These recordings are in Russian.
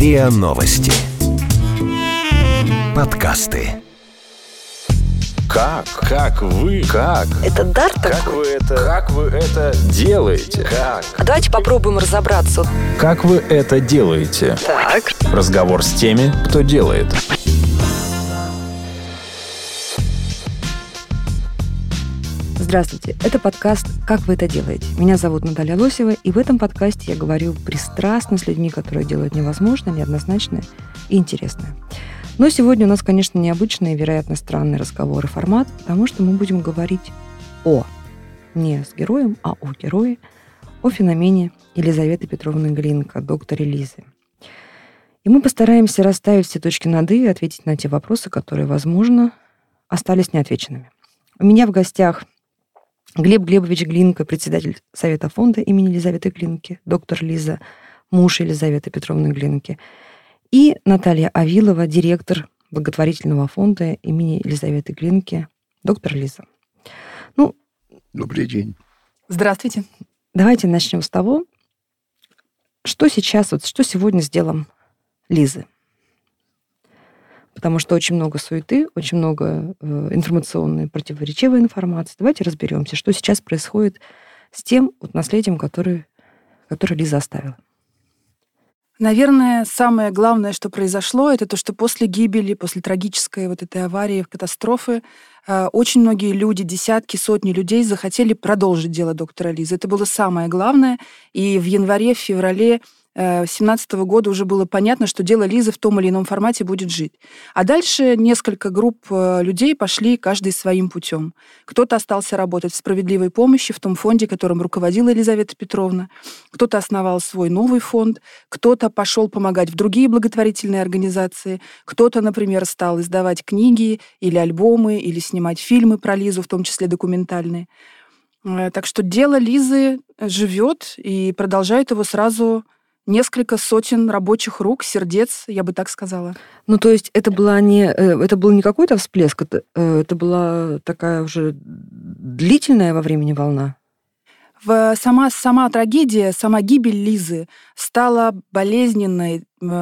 РИА Новости. Подкасты. Как вы? Это дар такой? Как вы это делаете? Как? А давайте попробуем разобраться. Как вы это делаете? Так. Разговор с теми, кто делает. Здравствуйте, это подкаст «Как вы это делаете?». Меня зовут Наталья Лосева, и в этом подкасте я говорю пристрастно с людьми, которые делают невозможное, неоднозначное и интересное. Но сегодня у нас, конечно, необычный и, вероятно, странный разговор и формат, потому что мы будем говорить не с героем, а о герое, о феномене Елизаветы Петровны Глинка, докторе Лизы. И мы постараемся расставить все точки над «и» и ответить на те вопросы, которые, возможно, остались неотвеченными. У меня в гостях Глеб Глебович Глинка, председатель Совета фонда имени Елизаветы Глинки, доктор Лиза, муж Елизаветы Петровны Глинки, и Наталья Авилова, директор благотворительного фонда имени Елизаветы Глинки, доктор Лиза. Добрый день. Здравствуйте. Давайте начнем с того, что сегодня с делом Лизы. Потому что очень много суеты, очень много информационной, противоречивой информации. Давайте разберемся, что сейчас происходит с тем наследием, которое Лиза оставила. Наверное, самое главное, что произошло, это то, что после гибели, после трагической этой аварии, катастрофы, очень многие люди, десятки, сотни людей захотели продолжить дело доктора Лизы. Это было самое главное. И в январе, в феврале 2017 года уже было понятно, что дело Лизы в том или ином формате будет жить. А дальше несколько групп людей пошли каждый своим путем. Кто-то остался работать в «Справедливой помощи», в том фонде, которым руководила Елизавета Петровна. Кто-то основал свой новый фонд. Кто-то пошел помогать в другие благотворительные организации. Кто-то, например, стал издавать книги или альбомы, или снимать фильмы про Лизу, в том числе документальные. Так что дело Лизы живет и продолжает его сразу несколько сотен рабочих рук, сердец, я бы так сказала. То есть это был не какой-то всплеск, это была такая уже длительная во времени волна? Сама трагедия, сама гибель Лизы стала болезненной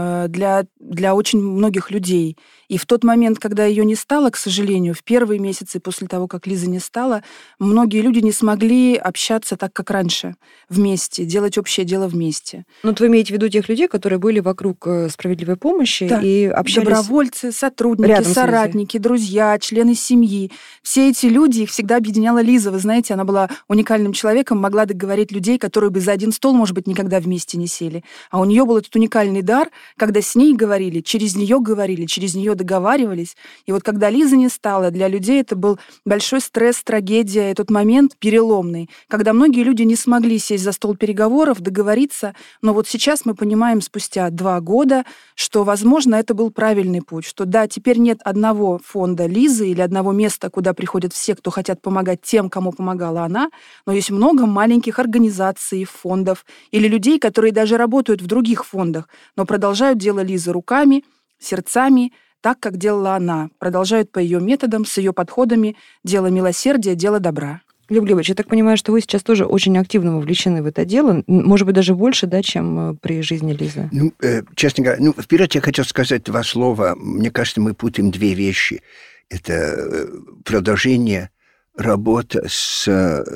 для очень многих людей. И в тот момент, когда ее не стало, к сожалению, в первые месяцы после того, как Лизы не стало, многие люди не смогли общаться так, как раньше, вместе, делать общее дело вместе. Вы имеете в виду тех людей, которые были вокруг «Справедливой помощи», да, и общались? Добровольцы, сотрудники, соратники, друзья, члены семьи. Все эти люди, их всегда объединяла Лиза. Вы знаете, она была уникальным человеком, могла договорить людей, которые бы за один стол, может быть, никогда вместе не сели. А у нее был этот уникальный дар, когда с ней говорили, через нее договаривались. И когда Лиза не стала, для людей это был большой стресс, трагедия, этот момент переломный, когда многие люди не смогли сесть за стол переговоров, договориться, но сейчас мы понимаем спустя 2 года, что, возможно, это был правильный путь, что да, теперь нет одного фонда Лизы или одного места, куда приходят все, кто хотят помогать тем, кому помогала она, но есть много маленьких организаций, фондов или людей, которые даже работают в других фондах, но продолжают дело Лизы руками, сердцами, так, как делала она. Продолжают по ее методам, с ее подходами дело милосердия, дело добра. Глеб Глебович, я так понимаю, что вы сейчас тоже очень активно вовлечены в это дело, может быть, даже больше, да, чем при жизни Лизы? Честно говоря, вперед я хотел сказать 2 слова. Мне кажется, мы путаем 2 вещи. Это продолжение работы с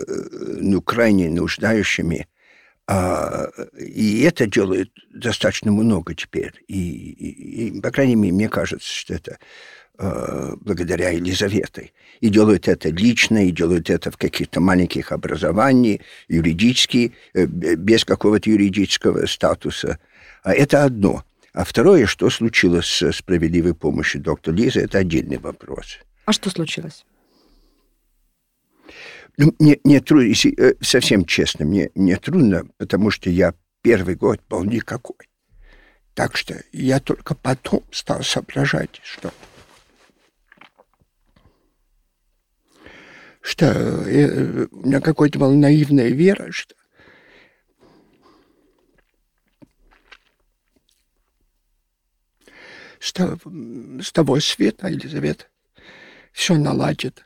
крайне нуждающими, и это делает достаточно много теперь. И, по крайней мере, мне кажется, что это благодаря Елизавете. И делают это лично, и делают это в каких-то маленьких образованиях, юридически, без какого-то юридического статуса. Это одно. А второе, что случилось с «Справедливой помощью» доктора Лизы, это отдельный вопрос. А что случилось? Мне трудно, если совсем честно, мне трудно, потому что я первый год был никакой. Так что я только потом стал соображать, что у меня какая-то была наивная вера, что с того света Елизавета все наладит.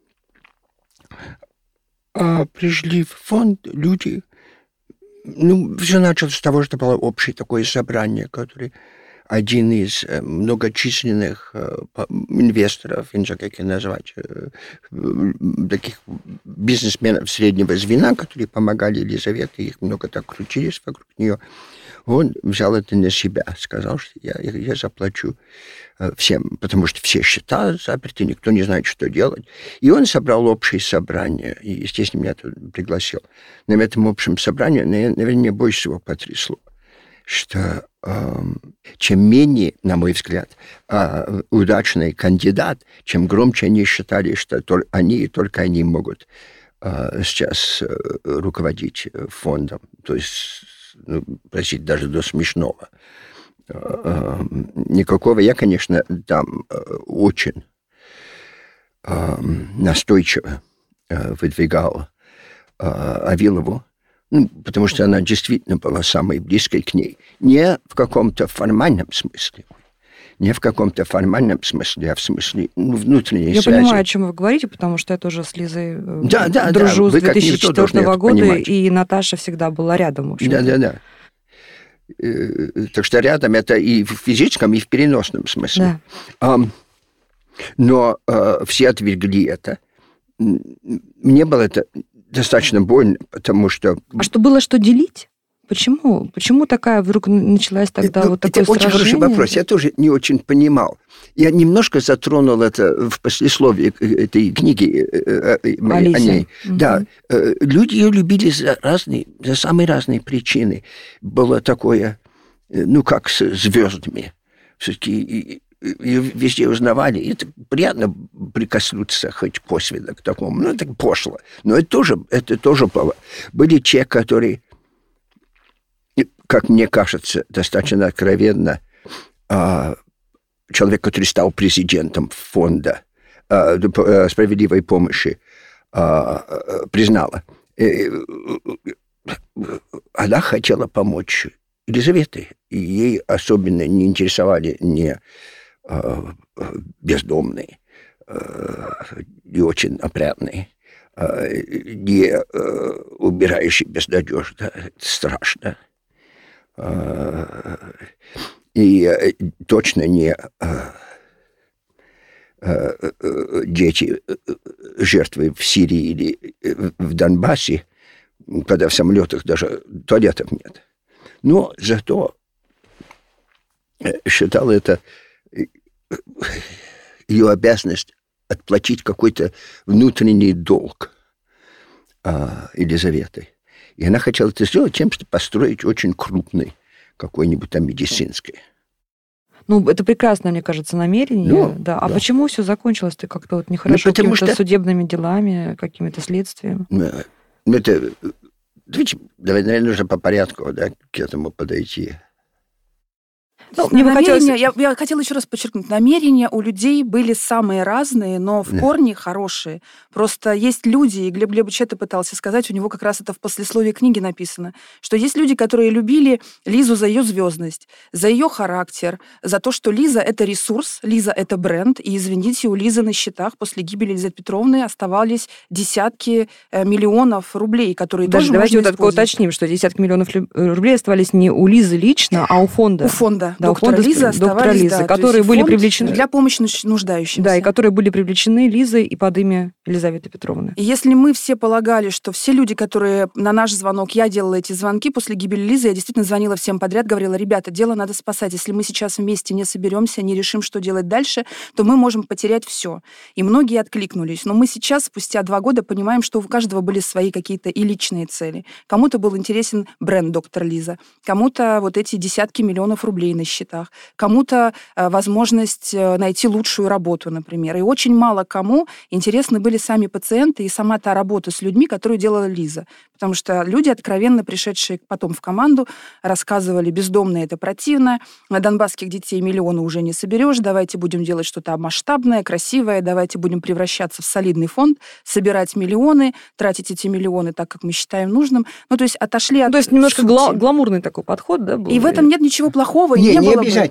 Пришли в фонд люди, все началось с того, что было общее такое собрание, которое один из многочисленных инвесторов, не знаю, как их назвать, таких бизнесменов среднего звена, которые помогали Елизавете, их много так крутились вокруг нее, он взял это на себя, сказал, что я заплачу всем, потому что все счета заперты, никто не знает, что делать. И он собрал общее собрание, и, естественно, меня тут пригласил. На этом общем собрании, наверное, меня больше всего потрясло, что чем менее, на мой взгляд, удачный кандидат, чем громче они считали, что они и только они могут сейчас руководить фондом. То есть, простите, даже до смешного. Никакого. Я, конечно, там очень настойчиво выдвигал Авилову, потому что она действительно была самой близкой к ней. Не в каком-то формальном смысле, а в смысле внутренней связи. Я понимаю, о чем вы говорите, потому что я тоже с Лизой дружу с 2004 года, и Наташа всегда была рядом. Да. Так что рядом это и в физическом, и в переносном смысле. Да. Но все отвергли это. Мне было это достаточно больно, потому что... А что было, что делить? Почему? Почему такая вдруг началась тогда вот такое сражение? Это очень хороший вопрос. Я тоже не очень понимал. Я немножко затронул это в послесловии этой книги о ней. Угу. Да. Люди ее любили за самые разные причины. Было такое, как с звездами. Все-таки ее везде узнавали. И это приятно прикоснуться хоть косвенно к такому. Это пошло. Но это тоже было. Были те, которые, как мне кажется, достаточно откровенно, человек, который стал президентом фонда справедливой помощи, признала. Она хотела помочь Елизавете. И ей особенно не интересовали не бездомные, не очень опрятные, не убирающие безнадежно. Это страшно. И точно не дети, жертвы в Сирии или в Донбассе, когда в самолетах даже туалетов нет. Но зато считал это ее обязанность отплатить какой-то внутренний долг Елизаветы. И она хотела это сделать тем, что построить очень крупный какой-нибудь там медицинский. Это прекрасное, мне кажется, намерение. Да. А почему все закончилось-то как-то нехорошо, какими-то судебными делами, какими-то следствием? Давайте, наверное, нужно по порядку к этому подойти. Я хотела еще раз подчеркнуть, намерения у людей были самые разные, но в корне хорошие. Просто есть люди, и Глеб Глебович это пытался сказать, у него как раз это в послесловии книги написано, что есть люди, которые любили Лизу за ее звездность, за ее характер, за то, что Лиза — это ресурс, Лиза — это бренд, и, извините, у Лизы на счетах после гибели Елизаветы Петровны оставались десятки миллионов рублей, которые даже тоже давайте можно использовать. Уточним, что десятки миллионов рублей оставались не у Лизы лично, а у фонда. У фонда. Да, доктора Лизы, которые были привлечены для помощи нуждающимся. Да, и которые были привлечены Лизой и под имя Елизаветы Петровны. И если мы все полагали, что все люди, которые на наш звонок, я делала эти звонки после гибели Лизы, я действительно звонила всем подряд, говорила: ребята, дело надо спасать. Если мы сейчас вместе не соберемся, не решим, что делать дальше, то мы можем потерять все. И многие откликнулись. Но мы сейчас, спустя 2 года, понимаем, что у каждого были свои какие-то и личные цели. Кому-то был интересен бренд доктор Лиза, кому-то вот эти десятки миллионов рублей на счетах, кому-то возможность найти лучшую работу, например. И очень мало кому интересны были сами пациенты и сама та работа с людьми, которую делала Лиза. Потому что люди, откровенно пришедшие потом в команду, рассказывали: бездомные — это противно, на донбасских детей миллионы уже не соберешь, давайте будем делать что-то масштабное, красивое, давайте будем превращаться в солидный фонд, собирать миллионы, тратить эти миллионы так, как мы считаем нужным. То есть отошли от... То есть немножко гламурный такой подход, да, был? И в этом нет ничего плохого. Не обязательно.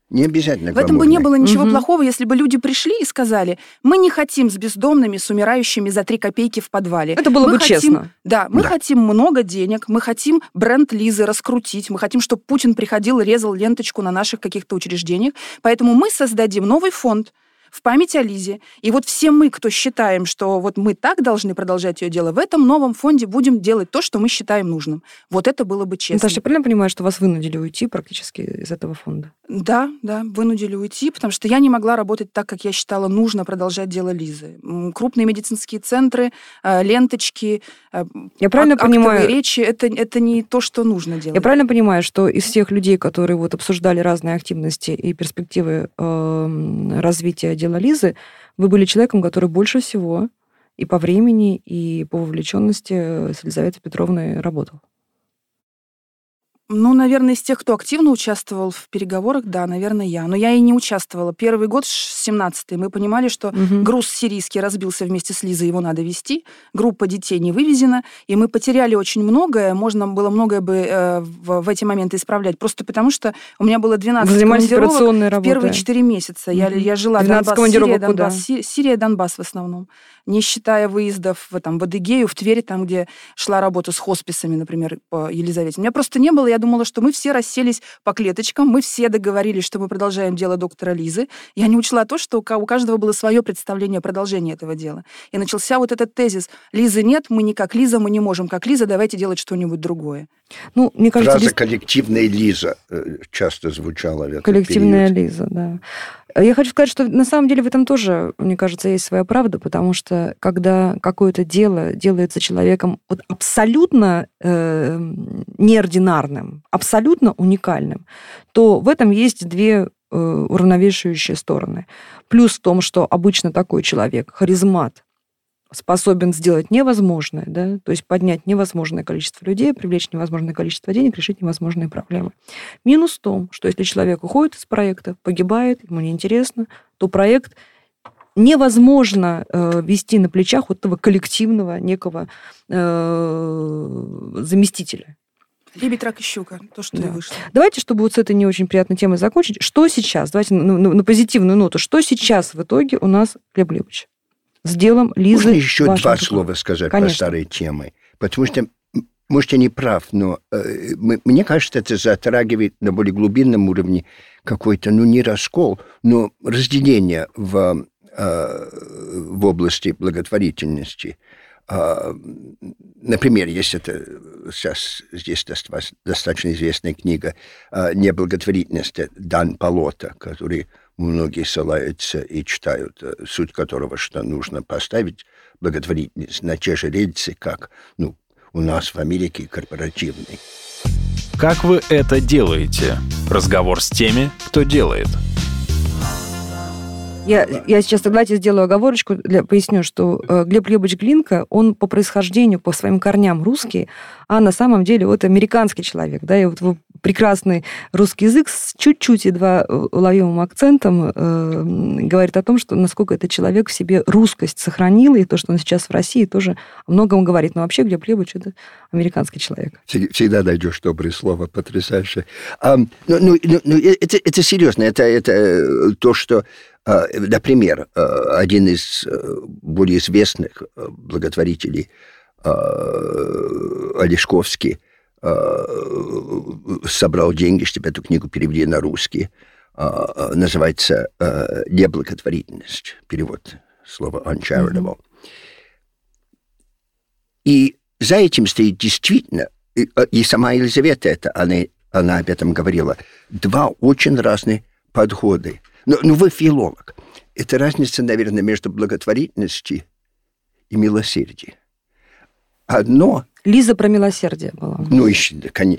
Не обязательно В этом бы не было ничего плохого, если бы люди пришли и сказали, мы не хотим с бездомными, с умирающими за 3 копейки в подвале. Это было бы честно. Да, мы хотим много денег, мы хотим бренд Лизы раскрутить, мы хотим, чтобы Путин приходил и резал ленточку на наших каких-то учреждениях, поэтому мы создадим новый фонд в память о Лизе. И вот все мы, кто считаем, что вот мы так должны продолжать ее дело, в этом новом фонде будем делать то, что мы считаем нужным. Вот это было бы честно. Наташа, я правильно понимаю, что вас вынудили уйти практически из этого фонда? Да, вынудили уйти, потому что я не могла работать так, как я считала нужно продолжать дело Лизы. Крупные медицинские центры, ленточки, я правильно понимаю, речи, это не то, что нужно делать. Я правильно понимаю, что из всех людей, которые вот обсуждали разные активности и перспективы развития дела Лизы, вы были человеком, который больше всего и по времени, и по вовлеченности с Елизаветой Петровной работал? Ну, наверное, из тех, кто активно участвовал в переговорах, да, наверное, я. Но я и не участвовала. Первый год, 17-й, мы понимали, что груз сирийский разбился вместе с Лизой, его надо везти, группа детей не вывезена, и мы потеряли очень многое, можно было многое бы в эти моменты исправлять, просто потому что у меня было 12 командировок в первые 4 месяца. Я жила Донбасс, Сирия, Донбасс в основном, не считая выездов в Адыгею, в Тверь, там, где шла работа с хосписами, например, по Елизавете. У меня просто не было. Я думала, что мы все расселись по клеточкам, мы все договорились, что мы продолжаем дело доктора Лизы. Я не учла то, что у каждого было свое представление о продолжении этого дела. И начался вот этот тезис: Лизы нет, мы не как Лиза, мы не можем как Лиза, давайте делать что-нибудь другое. Ну, мне кажется, фраза «коллективная Лиза» часто звучала в этот коллективная период. Лиза, да. Я хочу сказать, что на самом деле в этом тоже, мне кажется, есть своя правда, потому что когда какое-то дело делается человеком вот абсолютно неординарным, абсолютно уникальным, то в этом есть 2 уравновешивающие стороны. Плюс в том, что обычно такой человек, харизмат, способен сделать невозможное, да, то есть поднять невозможное количество людей, привлечь невозможное количество денег, решить невозможные проблемы. Минус в том, что если человек уходит из проекта, погибает, ему неинтересно, то проект невозможно вести на плечах вот этого коллективного некого заместителя. Лебедь, рак и щука, то, что и вышло. Давайте, чтобы вот с этой не очень приятной темой закончить, что сейчас, давайте на позитивную ноту, что сейчас в итоге у нас, Глеб Глебович, с делом Лизы? Можно еще 2 слова сказать по старой теме? Потому что, может, я не прав, но мне кажется, это затрагивает на более глубинном уровне какой-то, не раскол, но разделение в области благотворительности. Например, есть сейчас здесь достаточно известная книга «Неблаготворительность» Дан Палота, который многие ссылаются и читают, суть которого, что нужно поставить благотворительность на те же рельсы, как у нас в Америке корпоративный. Как вы это делаете? Разговор с теми, кто делает. Я сейчас, давайте сделаю оговорочку, поясню, что Глеб Глебович Глинка, он по происхождению, по своим корням русский, а на самом деле вот американский человек, да, и вот прекрасный русский язык с чуть-чуть едва уловимым акцентом говорит о том, что насколько этот человек в себе русскость сохранил, и то, что он сейчас в России, тоже о многом говорит. Но вообще Глеб Глебович – это американский человек. Всегда найдешь доброе слово, потрясающе. Это серьезно, это то, что, например, один из более известных благотворителей, Олешковский, собрал деньги, чтобы эту книгу перевели на русский. Называется «Неблаготворительность». Перевод слова «uncharitable». И за этим стоит действительно, и сама Елизавета, она об этом говорила, 2 очень разные подхода. Но вы филолог. Это разница, наверное, между благотворительностью и милосердием. Одно... Лиза про милосердие была. Еще,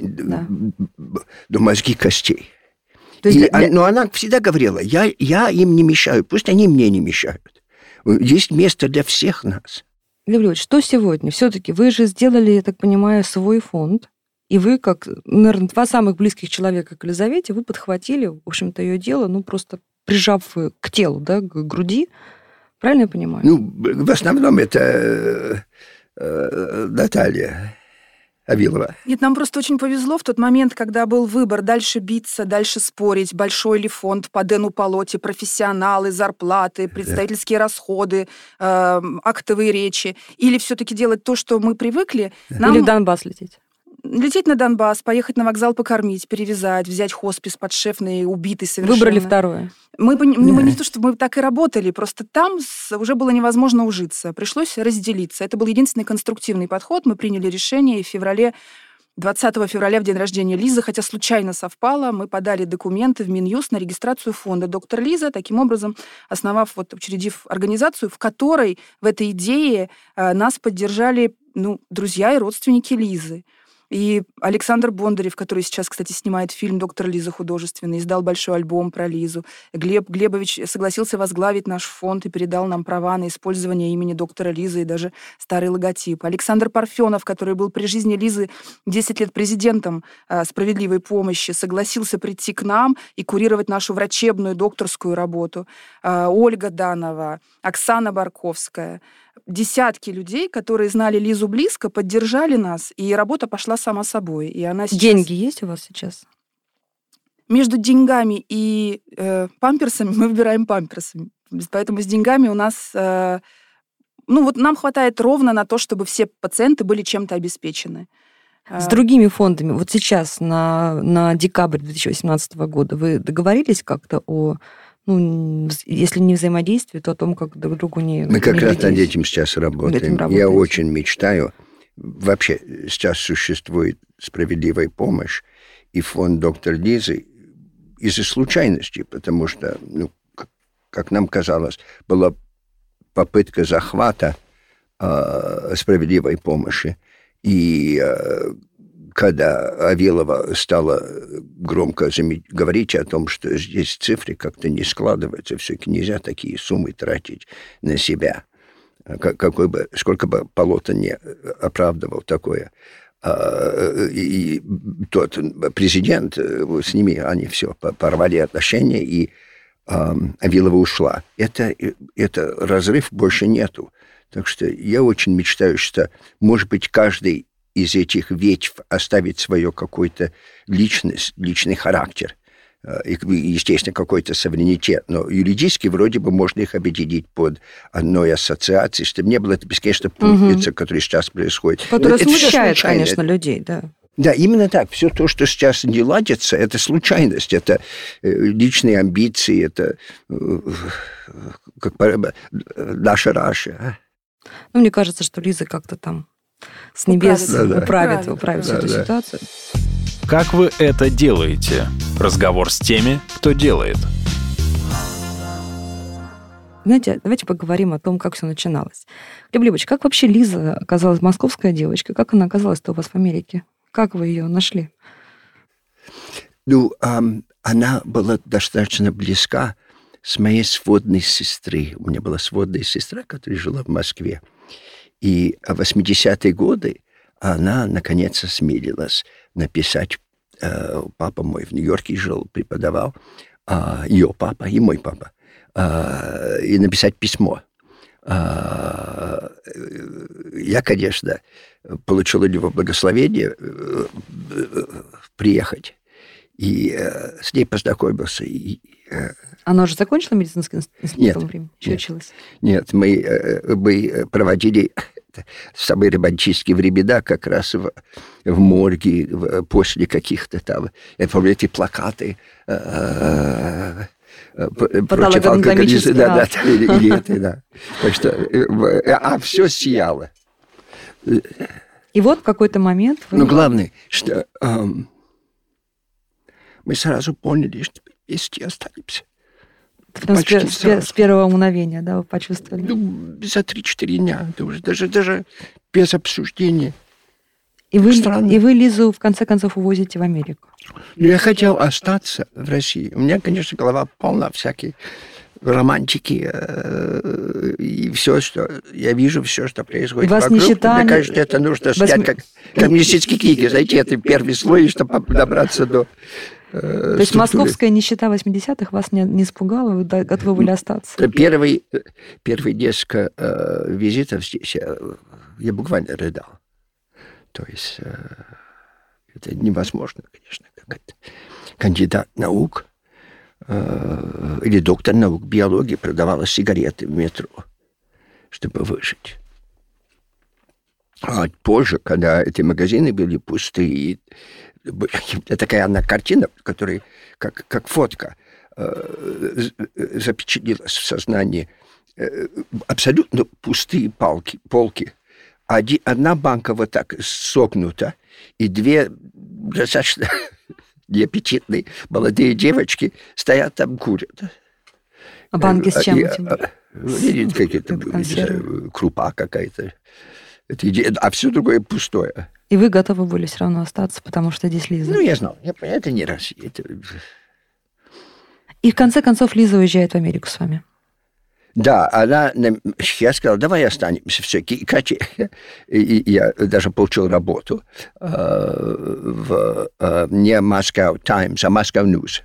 до мозги костей. Но она всегда говорила, я им не мешаю, пусть они мне не мешают. Есть место для всех нас. Глеб Львович, что сегодня? Все-таки вы же сделали, я так понимаю, свой фонд, и вы, как, наверное, 2 самых близких человека к Елизавете, вы подхватили, в общем-то, ее дело, просто прижав к телу, да, к груди. Правильно я понимаю? В основном это... Наталья. Авилова? Нет, нам просто очень повезло в тот момент, когда был выбор дальше биться, дальше спорить, большой ли фонд по Дэну Полоте, профессионалы, зарплаты, представительские расходы, актовые речи, или все-таки делать то, что мы привыкли. Или в Донбасс лететь. Лететь на Донбасс, поехать на вокзал покормить, перевязать, взять хоспис подшефный, убитый совершенно. Выбрали второе. Мы не то, что мы так и работали, просто там уже было невозможно ужиться. Пришлось разделиться. Это был единственный конструктивный подход. Мы приняли решение, и в феврале, 20 февраля, в день рождения Лизы, хотя случайно совпало, мы подали документы в Минюст на регистрацию фонда «Доктор Лиза», таким образом учредив организацию, в которой в этой идее нас поддержали друзья и родственники Лизы. И Александр Бондарев, который сейчас, кстати, снимает фильм «Доктор Лиза» художественный, издал большой альбом про Лизу. Глеб Глебович согласился возглавить наш фонд и передал нам права на использование имени доктора Лизы и даже старый логотип. Александр Парфенов, который был при жизни Лизы 10 лет президентом «Справедливой помощи», согласился прийти к нам и курировать нашу врачебную докторскую работу. Ольга Данова, Оксана Барковская. Десятки людей, которые знали Лизу близко, поддержали нас, и работа пошла сама собой. И она сейчас... Деньги есть у вас сейчас? Между деньгами и памперсами мы выбираем памперсами. Поэтому с деньгами у нас... нам хватает ровно на то, чтобы все пациенты были чем-то обеспечены. С другими фондами, вот сейчас, на декабрь 2018 года, вы договорились как-то о... если не взаимодействие, то о том, как друг другу не... Мы как раз над этим сейчас работаем. Я очень мечтаю. Вообще, сейчас существует «Справедливая помощь» и фонд «Доктор Лизы» из-за случайности, потому что, как нам казалось, была попытка захвата «Справедливой помощи». И когда Авилова стала громко говорить о том, что здесь цифры как-то не складываются, все-таки нельзя такие суммы тратить на себя. Сколько бы Полота не оправдывал такое. И тот президент, с ними они все порвали отношения, и Авилова ушла. Это разрыв больше нету. Так что я очень мечтаю, что, может быть, каждый из этих ветвь оставить свое какой-то личный характер. И, естественно, какой-то суверенитет. Но юридически вроде бы можно их объединить под одной ассоциацией, чтобы не было это бесконечно путаница, которая сейчас происходит. Которая смущает, конечно, людей, да. Да, именно так. Все то, что сейчас не ладится, это случайность, это личные амбиции, это наша Раша. Мне кажется, что Лиза как-то там с небес управит эту ситуацию. Как вы это делаете? Разговор с теми, кто делает. Знаете, давайте поговорим о том, как все начиналось. Глеб Глебович, как вообще Лиза оказалась московская девочка? Как она оказалась-то у вас в Америке? Как вы ее нашли? Она была достаточно близка с моей сводной сестрой. У меня была сводная сестра, которая жила в Москве. И в 80-е годы она, наконец, осмелилась написать. Папа мой в Нью-Йорке жил, преподавал. Ее папа и мой папа. И написать письмо. Я, конечно, получил у него благословение приехать. И с ней познакомился. Она уже закончила медицинский институт в то время? Еще училась? Нет, мы проводили самые романтические времена как раз в морге, после каких-то там, я помню, эти плакаты против алкоголизма. Да. Так что, все сияло. И вот в какой-то момент... главное, что мы сразу поняли, что вместе останемся. С первого мгновения, да, вы почувствовали? За 3-4 дня, даже без обсуждения. И вы Лизу, в конце концов, увозите в Америку? Я хотел остаться в России. У меня, конечно, голова полна всякой романтики и все, что... Я вижу все, что происходит вас вокруг. Не считали... Мне кажется, это нужно снять как коммунистические книги. Знаете, это первый слой, чтобы добраться до... То есть московская нищета 80-х вас не испугала? Вы готовы были остаться? Первые несколько визитов здесь я буквально рыдал. То есть это невозможно, конечно, как это. Кандидат наук или доктор наук биологии продавала сигареты в метро, чтобы выжить. А позже, когда эти магазины были пустые, такая одна картина, которая как фотка запечатлелась в сознании. Абсолютно пустые полки. Одна банка вот так согнута, и две достаточно неаппетитные молодые девочки стоят там, курят. А банки с чем? Какие-то, крупа какая-то. А все другое пустое. И вы готовы были все равно остаться, потому что здесь Лиза? Ну, я знал. Это не Россия. И в конце концов Лиза уезжает в Америку с вами. Да, я сказал, давай останемся все-таки. И я даже получил работу в не Moscow Times, а Moscow News.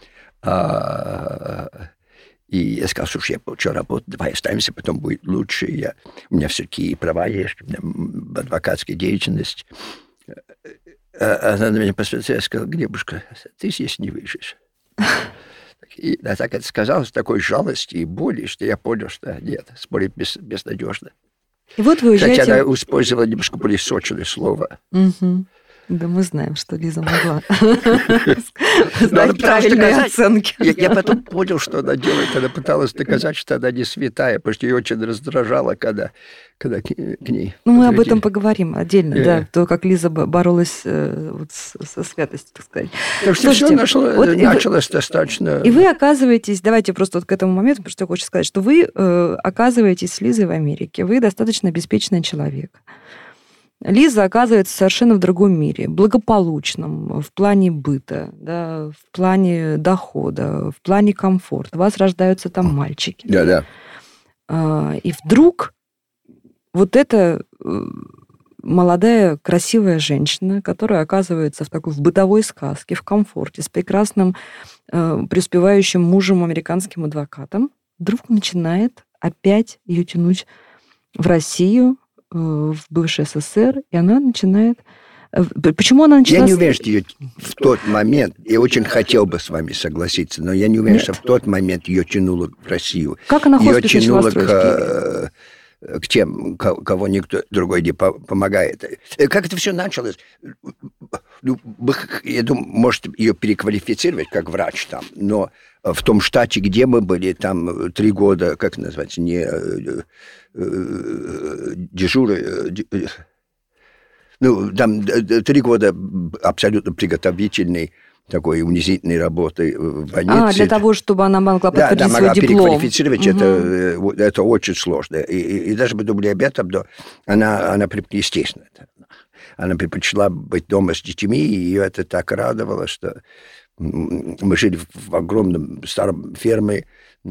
И я сказал, слушай, я получил работу, давай останемся, потом будет лучше. У меня все-таки права есть, у меня адвокатская деятельность. Она на меня посмотрела и сказала, Глебушка, ты здесь не выживешь. И я так это сказал с такой жалостью и болью, что я понял, что нет, спорить безнадежно. И вот вы уезжаете... Хотя она использовала немножко более сочное слово. Угу. Да мы знаем, что Лиза могла дать правильные оценки. Я потом понял, что она делает. Она пыталась доказать, что она не святая, потому что ее очень раздражало, когда к ней... Ну, мы об этом поговорим отдельно, да, то, как Лиза боролась со святостью, так сказать. Так что все началось достаточно... И вы оказываетесь, давайте просто вот к этому моменту, потому что я хочу сказать, что вы оказываетесь с Лизой в Америке, вы достаточно обеспеченный человек. Лиза оказывается совершенно в другом мире, благополучном, в плане быта, да, в плане дохода, в плане комфорта. У вас рождаются там мальчики. Да. И вдруг вот эта молодая, красивая женщина, которая оказывается в бытовой сказке, в комфорте, с прекрасным преуспевающим мужем, американским адвокатом, вдруг начинает опять ее тянуть в Россию, в бывший СССР, и она начинает... Почему она начала... Я не уверен, что ее в тот момент, я очень хотел бы с вами согласиться, но я не уверен, что в тот момент ее тянуло в Россию. Как она хоспис начала строить? К тем, кого никто другой не помогает. Как это все началось? Я думаю, может ее переквалифицировать как врач там, но в том штате, где мы были, там 3 года, как называется, не дежуры, там 3 года абсолютно приготовительной такой унизительной работы в больнице. Для того, чтобы она могла подтвердить свой диплом. Да, переквалифицировать, это очень сложно. И даже мы думали об этом, но она естественно, она предпочла быть дома с детьми, и ее это так радовало, что мы жили в огромном старом ферме,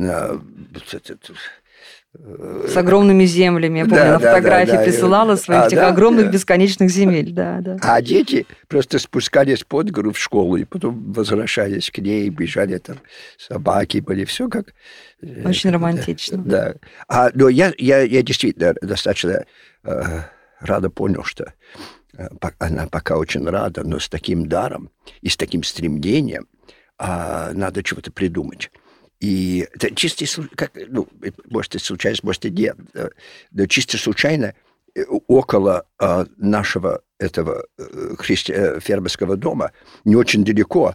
с огромными землями. Я помню, на фотографии присылала своих этих огромных бесконечных земель. Да. А дети просто спускались под гору в школу, и потом возвращались к ней, бежали там, собаки были, все как... Очень романтично. Да. Но я действительно достаточно рада понял, что она пока очень рада, но с таким даром и с таким стремлением надо чего-то придумать. И это чисто, может, это случайно, может, и нет, но чисто случайно около нашего этого фермерского дома, не очень далеко,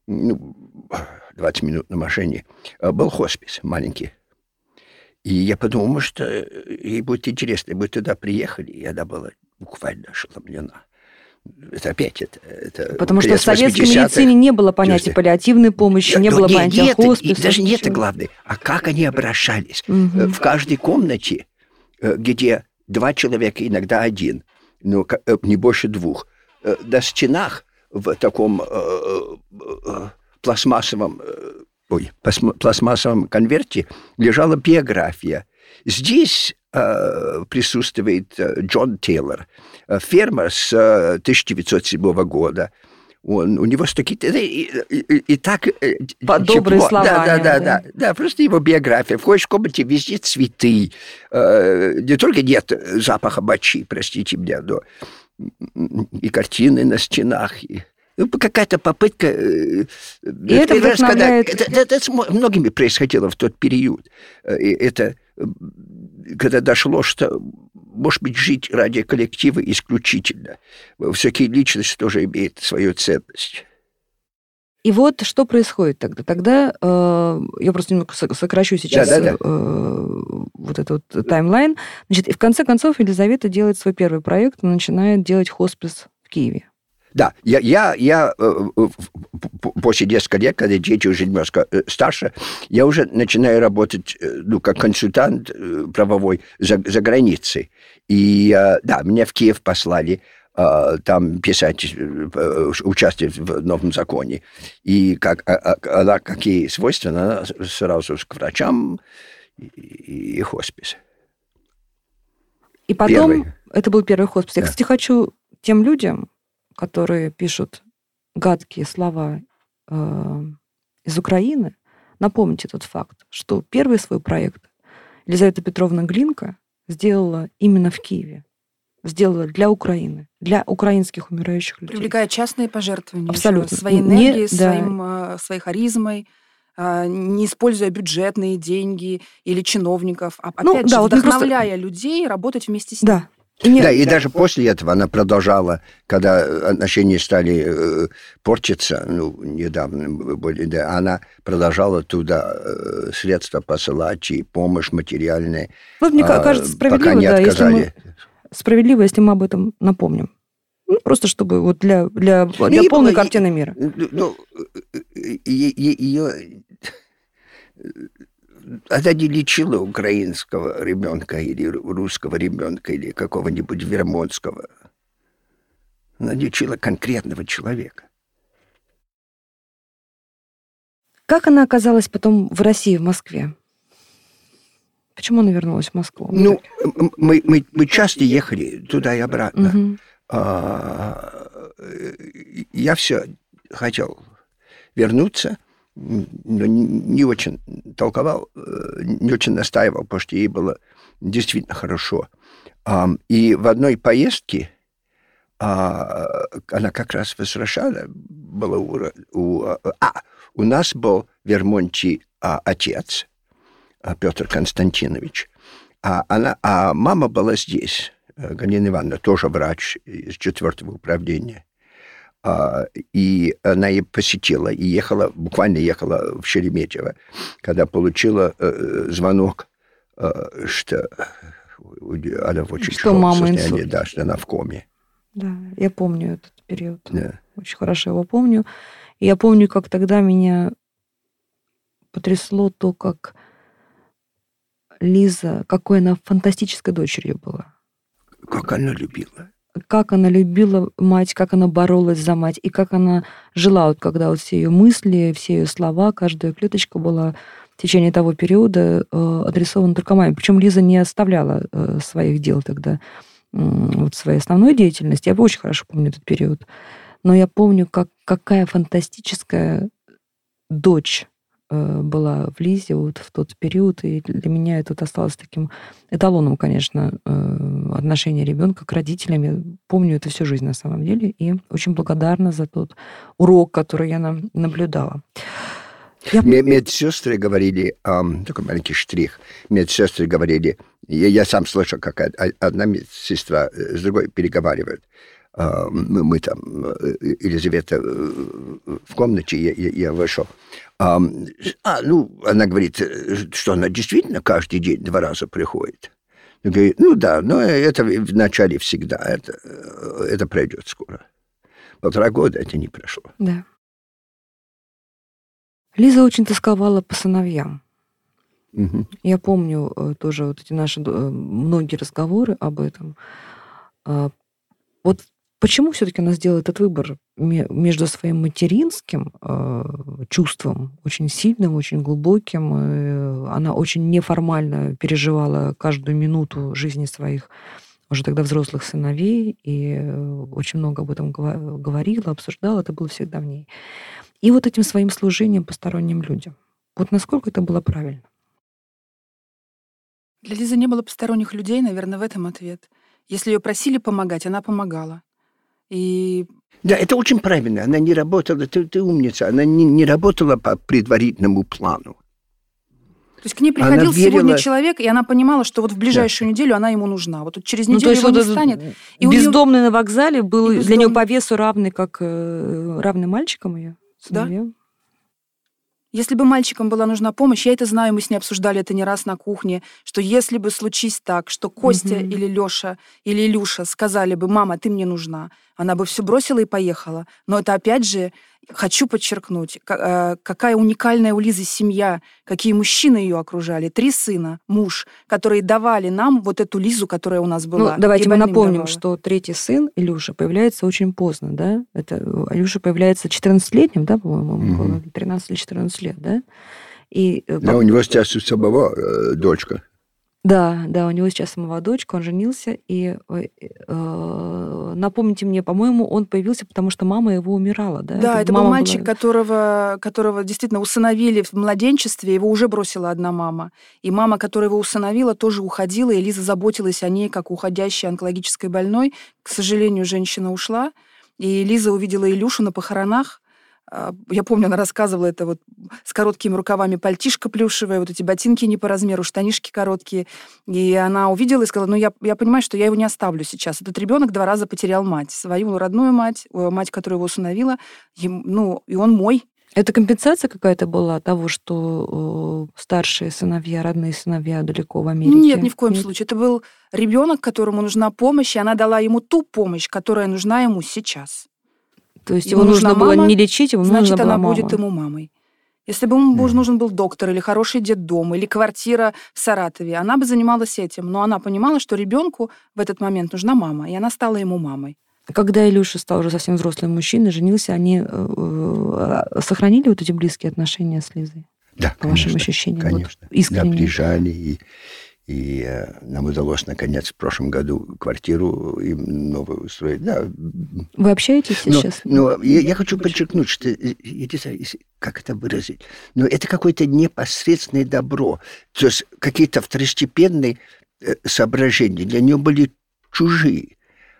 20 минут на машине, был хоспис маленький. И я подумал, может, ей будет интересно, мы туда приехали, и она была буквально ошеломлена. Это опять это потому что в советской медицине не было понятия паллиативной помощи, не было понятия хосписа. Даже не это главное. А как они обращались? Угу. В каждой комнате, где 2 человека, иногда 1, но не больше 2, на стенах в таком пластмассовом конверте лежала биография. Здесь присутствует Джон Тейлор, фермер с 1907 года. У него такие... И так... Под добрые слова. Да, просто его биография. Входишь в комнате, везде цветы. Не только нет запаха мочи, простите меня, но и картины на стенах, и какая-то попытка... И это вдохновляет... Это с многими происходило в тот период. И это когда дошло, что, может быть, жить ради коллектива исключительно. Все-таки личность тоже имеет свою ценность. И вот что происходит тогда? Тогда я просто немного сокращу сейчас вот этот вот таймлайн. Значит, и в конце концов Елизавета делает свой первый проект, начинает делать хоспис в Киеве. Да, я после нескольких лет, когда дети уже немножко старше, я уже начинаю работать, как консультант правовой за границей. И, да, меня в Киев послали там писать, участвовать в новом законе. И какие свойства, она сразу к врачам и хоспис. И потом, это был первый хоспис. Я, кстати, хочу тем людям, которые пишут гадкие слова из Украины, напомнить этот факт, что первый свой проект Елизавета Петровна Глинка сделала именно в Киеве. Сделала для Украины, для украинских умирающих людей. Привлекая частные пожертвования. Абсолютно. Своей энергией, своей харизмой, не используя бюджетные деньги или чиновников, а опять же, вдохновляя людей работать вместе с ним. Да. И даже после этого она продолжала, когда отношения стали портиться, недавно, она продолжала туда средства посылать и помощь материальная. Мне кажется, справедливо, справедливо, если мы об этом напомним. Просто чтобы вот для полной картины мира. Она не лечила украинского ребенка или русского ребенка или какого-нибудь вермонтского. Она лечила конкретного человека. Как она оказалась потом в России, в Москве? Почему она вернулась в Москву? Мы часто ехали туда и обратно. Я все хотел вернуться, но не очень толковал, не очень настаивал, потому что ей было действительно хорошо. И в одной поездке она как раз возвращала, у нас был в Вермонте отец, Петр Константинович, а мама была здесь, Галина Ивановна, тоже врач из 4-го управления. И она ее посетила, и буквально ехала в Шереметьево, когда получила звонок, что она в очень тяжелом состоянии, да, что она в коме. Да, я помню этот период. Да. Очень хорошо его помню. И я помню, как тогда меня потрясло то, как Лиза, какой она фантастической дочерью была. Как она любила. Как она любила мать, как она боролась за мать, и как она жила, вот когда вот все ее мысли, все ее слова, каждая клеточка была в течение того периода адресована только маме. Причем Лиза не оставляла своих дел тогда, вот своей основной деятельности. Я очень хорошо помню этот период. Но я помню, какая фантастическая дочь была в Лизе вот в тот период, и для меня это осталось таким эталоном, конечно, отношения ребенка к родителям. Я помню это всю жизнь на самом деле, и очень благодарна за тот урок, который я наблюдала. Медсестры говорили, такой маленький штрих, медсестры говорили, я сам слышал, как одна медсестра с другой переговаривает. Мы там, Елизавета в комнате, я вышел. Она говорит, что она действительно каждый день 2 раза приходит. Я говорю, да, но это в начале всегда, это пройдет скоро. 1,5 года это не прошло. Да. Лиза очень тосковала по сыновьям. Угу. Я помню тоже вот эти наши многие разговоры об этом. Вот почему все-таки она сделала этот выбор между своим материнским чувством, очень сильным, очень глубоким? Она очень неформально переживала каждую минуту жизни своих уже тогда взрослых сыновей, и очень много об этом говорила, обсуждала, это было всегда в ней. И вот этим своим служением посторонним людям. Вот насколько это было правильно? Для Лизы не было посторонних людей, наверное, в этом ответ. Если ее просили помогать, она помогала. И... Да, это очень правильно. Она не работала, ты умница, она не работала по предварительному плану. То есть к ней приходил сегодня человек, и она понимала, что вот в ближайшую неделю она ему нужна. Вот через неделю его не станет. И бездомный на вокзале был для нее по весу равный, как равный мальчикам ее. Да. Если бы мальчикам была нужна помощь, я это знаю, мы с ней обсуждали это не раз на кухне, что если бы случись так, что Костя или Лёша или Илюша сказали бы: «Мама, ты мне нужна», она бы все бросила и поехала. Но это опять же, хочу подчеркнуть, какая уникальная у Лизы семья, какие мужчины ее окружали. 3 сына, муж, которые давали нам вот эту Лизу, которая у нас была. Ну, давайте мы напомним, что 3-й сын, Илюша, появляется очень поздно, да? Это Илюша появляется 14-летним, да, по-моему, 13 или 14 лет, да? И, да, у него сейчас у самого дочка. Да, у него сейчас самого дочка, он женился, и напомните мне, по-моему, он появился, потому что мама его умирала, да? Да, это был мальчик, которого действительно усыновили в младенчестве, его уже бросила одна мама. И мама, которая его усыновила, тоже уходила, и Лиза заботилась о ней, как уходящей онкологической больной. К сожалению, женщина ушла, и Лиза увидела Илюшу на похоронах. Я помню, она рассказывала это вот с короткими рукавами, пальтишко плюшевое, вот эти ботинки не по размеру, штанишки короткие. И она увидела и сказала: я понимаю, что я его не оставлю сейчас. Этот ребенок 2 раза потерял мать. Свою родную мать, которая его усыновила. И он мой. Это компенсация какая-то была того, что старшие сыновья, родные сыновья далеко в Америке? Нет, ни в коем случае. Это был ребенок, которому нужна помощь, и она дала ему ту помощь, которая нужна ему сейчас. То есть его нужно было не лечить, ему нужна была мама. Значит, она будет ему мамой. Если бы ему нужен был доктор или хороший детдом, или квартира в Саратове, она бы занималась этим. Но она понимала, что ребенку в этот момент нужна мама, и она стала ему мамой. Когда Илюша стал уже совсем взрослым мужчиной, женился, они сохранили вот эти близкие отношения с Лизой? Да, по вашим ощущениям? Конечно. Вот, искренне. Да, приезжали, и нам удалось, наконец, в прошлом году квартиру им новую устроить. Да. Вы общаетесь сейчас? Но я хочу подчеркнуть, что, я не знаю, как это выразить, но это какое-то непосредственное добро. То есть какие-то второстепенные соображения для нее были чужие.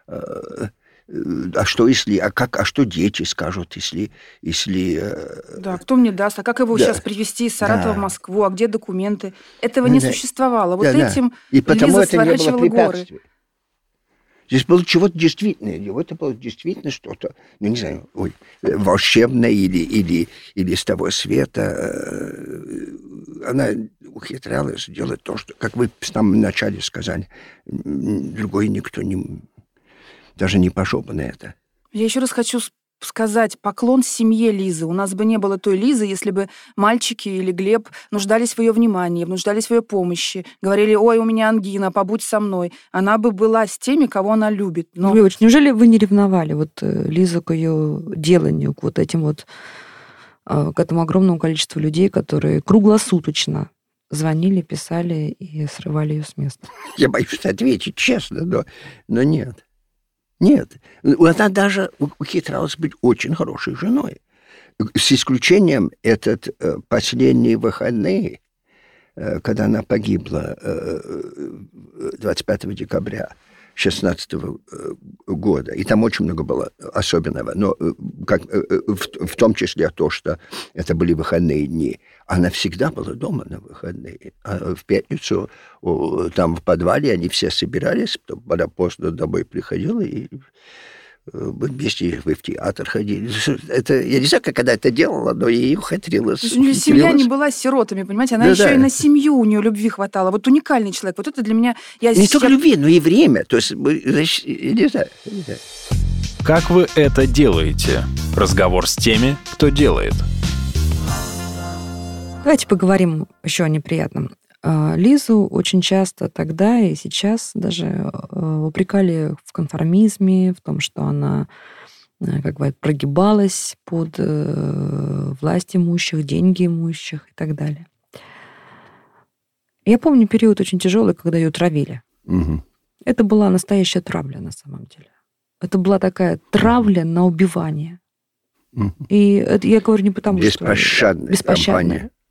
А что если, а что дети скажут, если... Да, кто мне даст, а как его сейчас привезти из Саратова в Москву, а где документы? Этого не существовало. Вот этим и потому Лиза это не было горы. Здесь было чего-то действительное, это было действительно что-то, не знаю, волшебное или с того света. Она ухитрялась делать то, что, как вы в самом начале сказали, другой никто даже не пошел бы на это. Я еще раз хочу сказать поклон семье Лизы. У нас бы не было той Лизы, если бы мальчики или Глеб нуждались в ее внимании, нуждались в ее помощи, говорили: «Ой, у меня ангина, побудь со мной». Она бы была с теми, кого она любит. Но... Неужели вы не ревновали Лизу к ее деланию, к к этому огромному количеству людей, которые круглосуточно звонили, писали и срывали ее с места? Я боюсь ответить честно, но нет. Нет, она даже ухитрялась быть очень хорошей женой. С исключением этот последние выходные, когда она погибла 25 декабря 2016 года. И там очень много было особенного. Но в том числе то, что это были выходные дни. Она всегда была дома на выходные. А в пятницу там в подвале они все собирались, потом поздно домой приходила, и мы вместе в театр ходили. Это, я не знаю, как она это делала, но ей ухитрилась. У нее семья не была сиротами, понимаете? Она еще и на семью, у нее любви хватало. Вот уникальный человек. Вот это для меня... Не только любви, но и время. То есть, я не знаю. Как вы это делаете? Разговор с теми, кто делает. Давайте поговорим еще о неприятном. Лизу очень часто тогда и сейчас даже упрекали в конформизме, в том, что она, как говорят, прогибалась под власть имущих, деньги имущих и так далее. Я помню период очень тяжелый, когда ее травили. Угу. Это была настоящая травля на самом деле. Это была такая травля на убивание. Угу. И это я говорю не потому, беспощадная что... Беспощадная.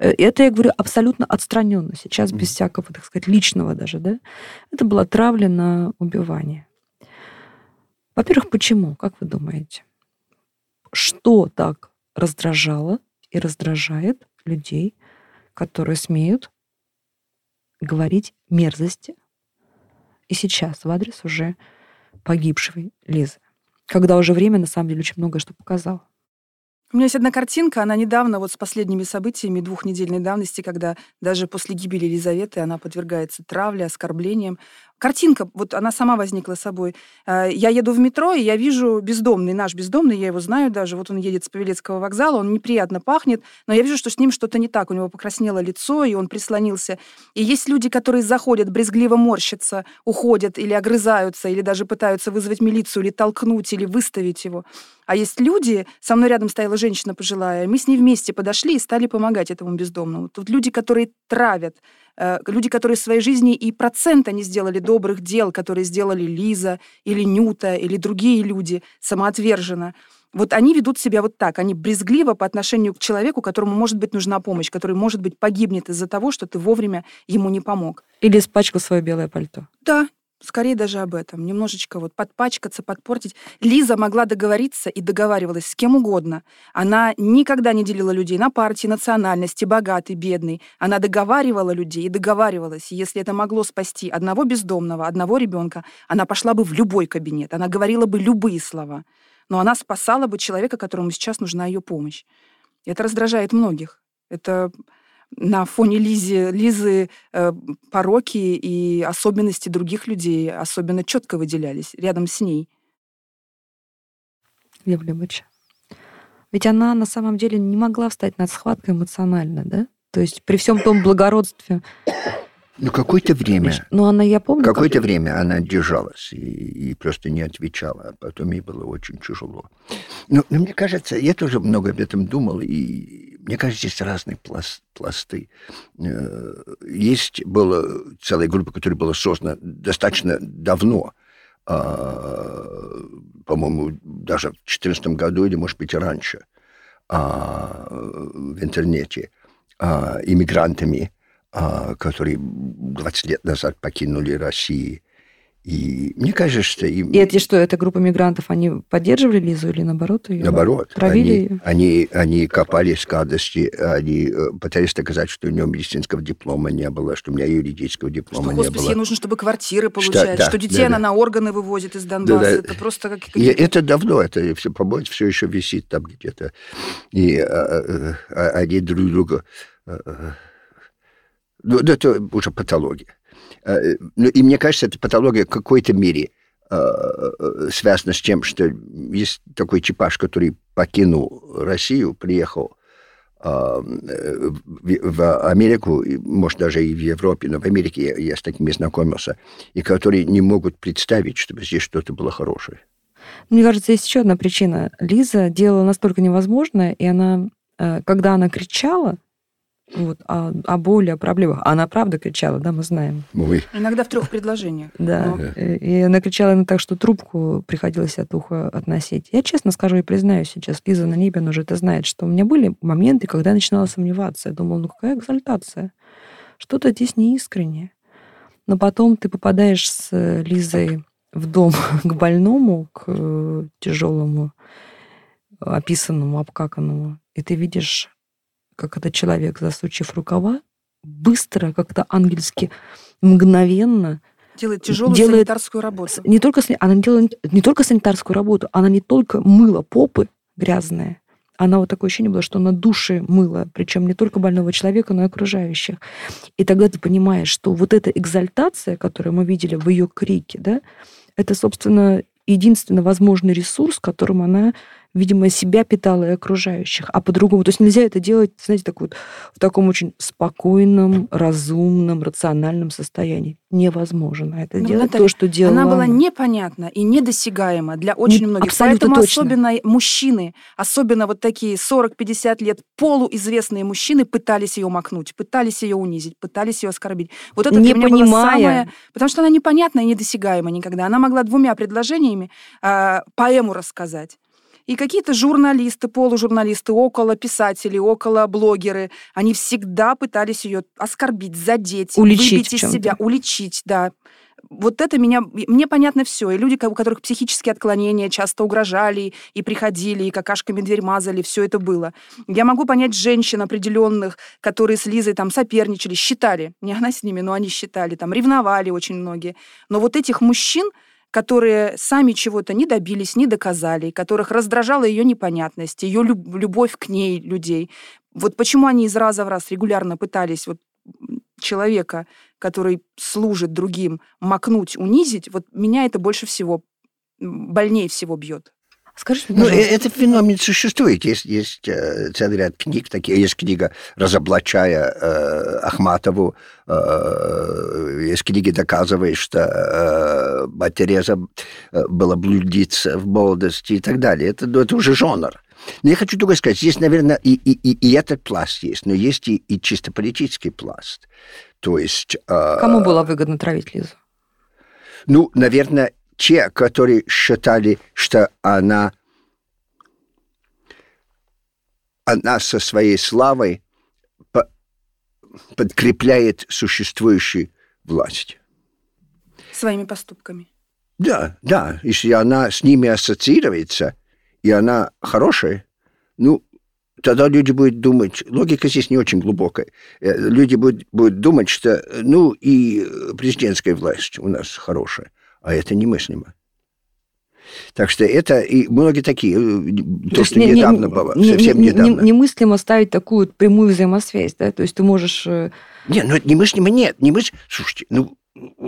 Это, я говорю, абсолютно отстраненно. Сейчас без всякого, так сказать, личного даже, да? Это была травля на убивание. Во-первых, почему? Как вы думаете? Что так раздражало и раздражает людей, которые смеют говорить мерзости и сейчас в адрес уже погибшей Лизы, когда уже время, на самом деле, очень многое что показало? У меня есть одна картинка, она недавно, вот с последними событиями 2-недельной давности, когда даже после гибели Елизаветы она подвергается травле, оскорблениям. Картинка, вот она сама возникла собой. Я еду в метро, и я вижу бездомный, наш бездомный, я его знаю даже, вот он едет с Павелецкого вокзала, он неприятно пахнет, но я вижу, что с ним что-то не так, у него покраснело лицо, и он прислонился. И есть люди, которые заходят, брезгливо морщатся, уходят или огрызаются, или даже пытаются вызвать милицию, или толкнуть, или выставить его. А есть люди, со мной рядом стояла женщина пожилая, мы с ней вместе подошли и стали помогать этому бездомному. Тут люди, которые травят, люди, которые в своей жизни и процента не сделали добрых дел, которые сделали Лиза или Нюта или другие люди самоотверженно. Вот они ведут себя вот так. Они брезгливо по отношению к человеку, которому, может быть, нужна помощь, который, может быть, погибнет из-за того, что ты вовремя ему не помог. Или испачкал свое белое пальто. Да. Скорее даже об этом. Немножечко вот подпачкаться, подпортить. Лиза могла договориться и договаривалась с кем угодно. Она никогда не делила людей на партии, национальности, богатый, бедный. Она договаривала людей и договаривалась. И если это могло спасти одного бездомного, одного ребенка, она пошла бы в любой кабинет. Она говорила бы любые слова. Но она спасала бы человека, которому сейчас нужна ее помощь. И это раздражает многих. Это... На фоне Лизы пороки и особенности других людей особенно четко выделялись рядом с ней. Лев Лебович, ведь она на самом деле не могла встать над схваткой эмоционально, да? То есть при всем том благородстве... Ну, какое-то время... Ну, я помню... Какое-то время она держалась и просто не отвечала, а потом ей было очень тяжело. Но мне кажется, я тоже много об этом думал, и мне кажется, есть разные пласты. Была целая группа, которая была создана достаточно давно, по-моему, даже в 2014 году, или, может быть, раньше, в интернете, иммигрантами, которые 20 лет назад покинули Россию. И мне кажется, что... И это что, эта группа мигрантов, они поддерживали Лизу или наоборот ее? Наоборот. Травили ее? Они копали гадости, они пытались доказать, что у нее медицинского диплома не было, что у меня юридического диплома не было. Что ей нужно, чтобы квартиры получать, что детей она на органы вывозит из Донбасса. Да. Это просто как... И это давно, это все, по-моему, все еще висит там где-то. И они друг друга... Ну, это уже патология. И мне кажется, эта патология в какой-то мере связана с тем, что есть такой типаж, который покинул Россию, приехал в Америку, может, даже и в Европе, но в Америке я с такими знакомился, и которые не могут представить, чтобы здесь что-то было хорошее. Мне кажется, есть еще одна причина. Лиза делала настолько невозможное, и она, когда она кричала, вот, о боли, о проблемах. Она правда кричала, да, мы знаем. Иногда в 3 предложениях. Да. И она кричала именно так, что трубку приходилось от уха относить. Я честно скажу и признаюсь сейчас, Лиза на небе, она уже это знает, что у меня были моменты, когда я начинала сомневаться. Я думала, какая экзальтация? Что-то здесь неискреннее. Но потом ты попадаешь с Лизой в дом к больному, к тяжелому, описанному, обкаканному, и ты видишь, как этот человек, засучив рукава, быстро, как-то ангельски, мгновенно делает тяжелую санитарскую работу. Она делает не только санитарскую работу, она не только мыла попы грязные, она вот такое ощущение было, что она души мыла, причем не только больного человека, но и окружающих. И тогда ты понимаешь, что вот эта экзальтация, которую мы видели в ее крике, да, это, собственно, единственно возможный ресурс, которым она, видимо, себя питала и окружающих, а по-другому. То есть нельзя это делать, знаете, так вот, в таком очень спокойном, разумном, рациональном состоянии. Невозможно это делать, Наталья, то, что делала она. Была непонятна и недосягаема для очень многих. Абсолютно Поэтому точно. Особенно мужчины, особенно вот такие 40-50 лет, полуизвестные мужчины пытались ее макнуть, пытались ее унизить, пытались ее оскорбить. Вот это не для меня понимая. было самое... Потому что она непонятна и недосягаема никогда. Она могла 2 предложениями поэму рассказать. И какие-то журналисты, полужурналисты, около писатели, около блогеры, они всегда пытались ее оскорбить, задеть, выбить из себя, уличить, да. Вот это мне понятно все. И люди, у которых психические отклонения, часто угрожали и приходили, и какашками дверь мазали, все это было. Я могу понять женщин определенных, которые с Лизой там соперничали, считали, не она с ними, но они считали, там ревновали очень многие. Но вот этих мужчин, которые сами чего-то не добились, не доказали, которых раздражала ее непонятность, ее любовь к ней людей. Вот почему они из раза в раз регулярно пытались вот человека, который служит другим, макнуть, унизить, вот меня это больше всего, больнее всего бьет. Скажите, пожалуйста. Этот феномен существует. Есть целый ряд книг, такие. Есть книга «Разоблачая Ахматову», есть книги, доказывая, что мать Тереза была блудница в молодости и так далее. Это уже жанр. Но я хочу только сказать, здесь, наверное, и этот пласт есть, но есть и чисто политический пласт. То есть... Кому было выгодно травить Лизу? Ну, наверное, те, которые считали, что она со своей славой подкрепляет существующую власть. Своими поступками. Да. Если она с ними ассоциируется, и она хорошая, ну, тогда люди будут думать, логика здесь не очень глубокая, люди будут думать, что, ну, и президентская власть у нас хорошая, а это немыслимо. Так что это, и многие такие, то, что недавно было, совсем недавно. Немыслимо ставить такую прямую взаимосвязь, да, то есть ты можешь... Нет, ну, немыслимо нет, слушайте, ну,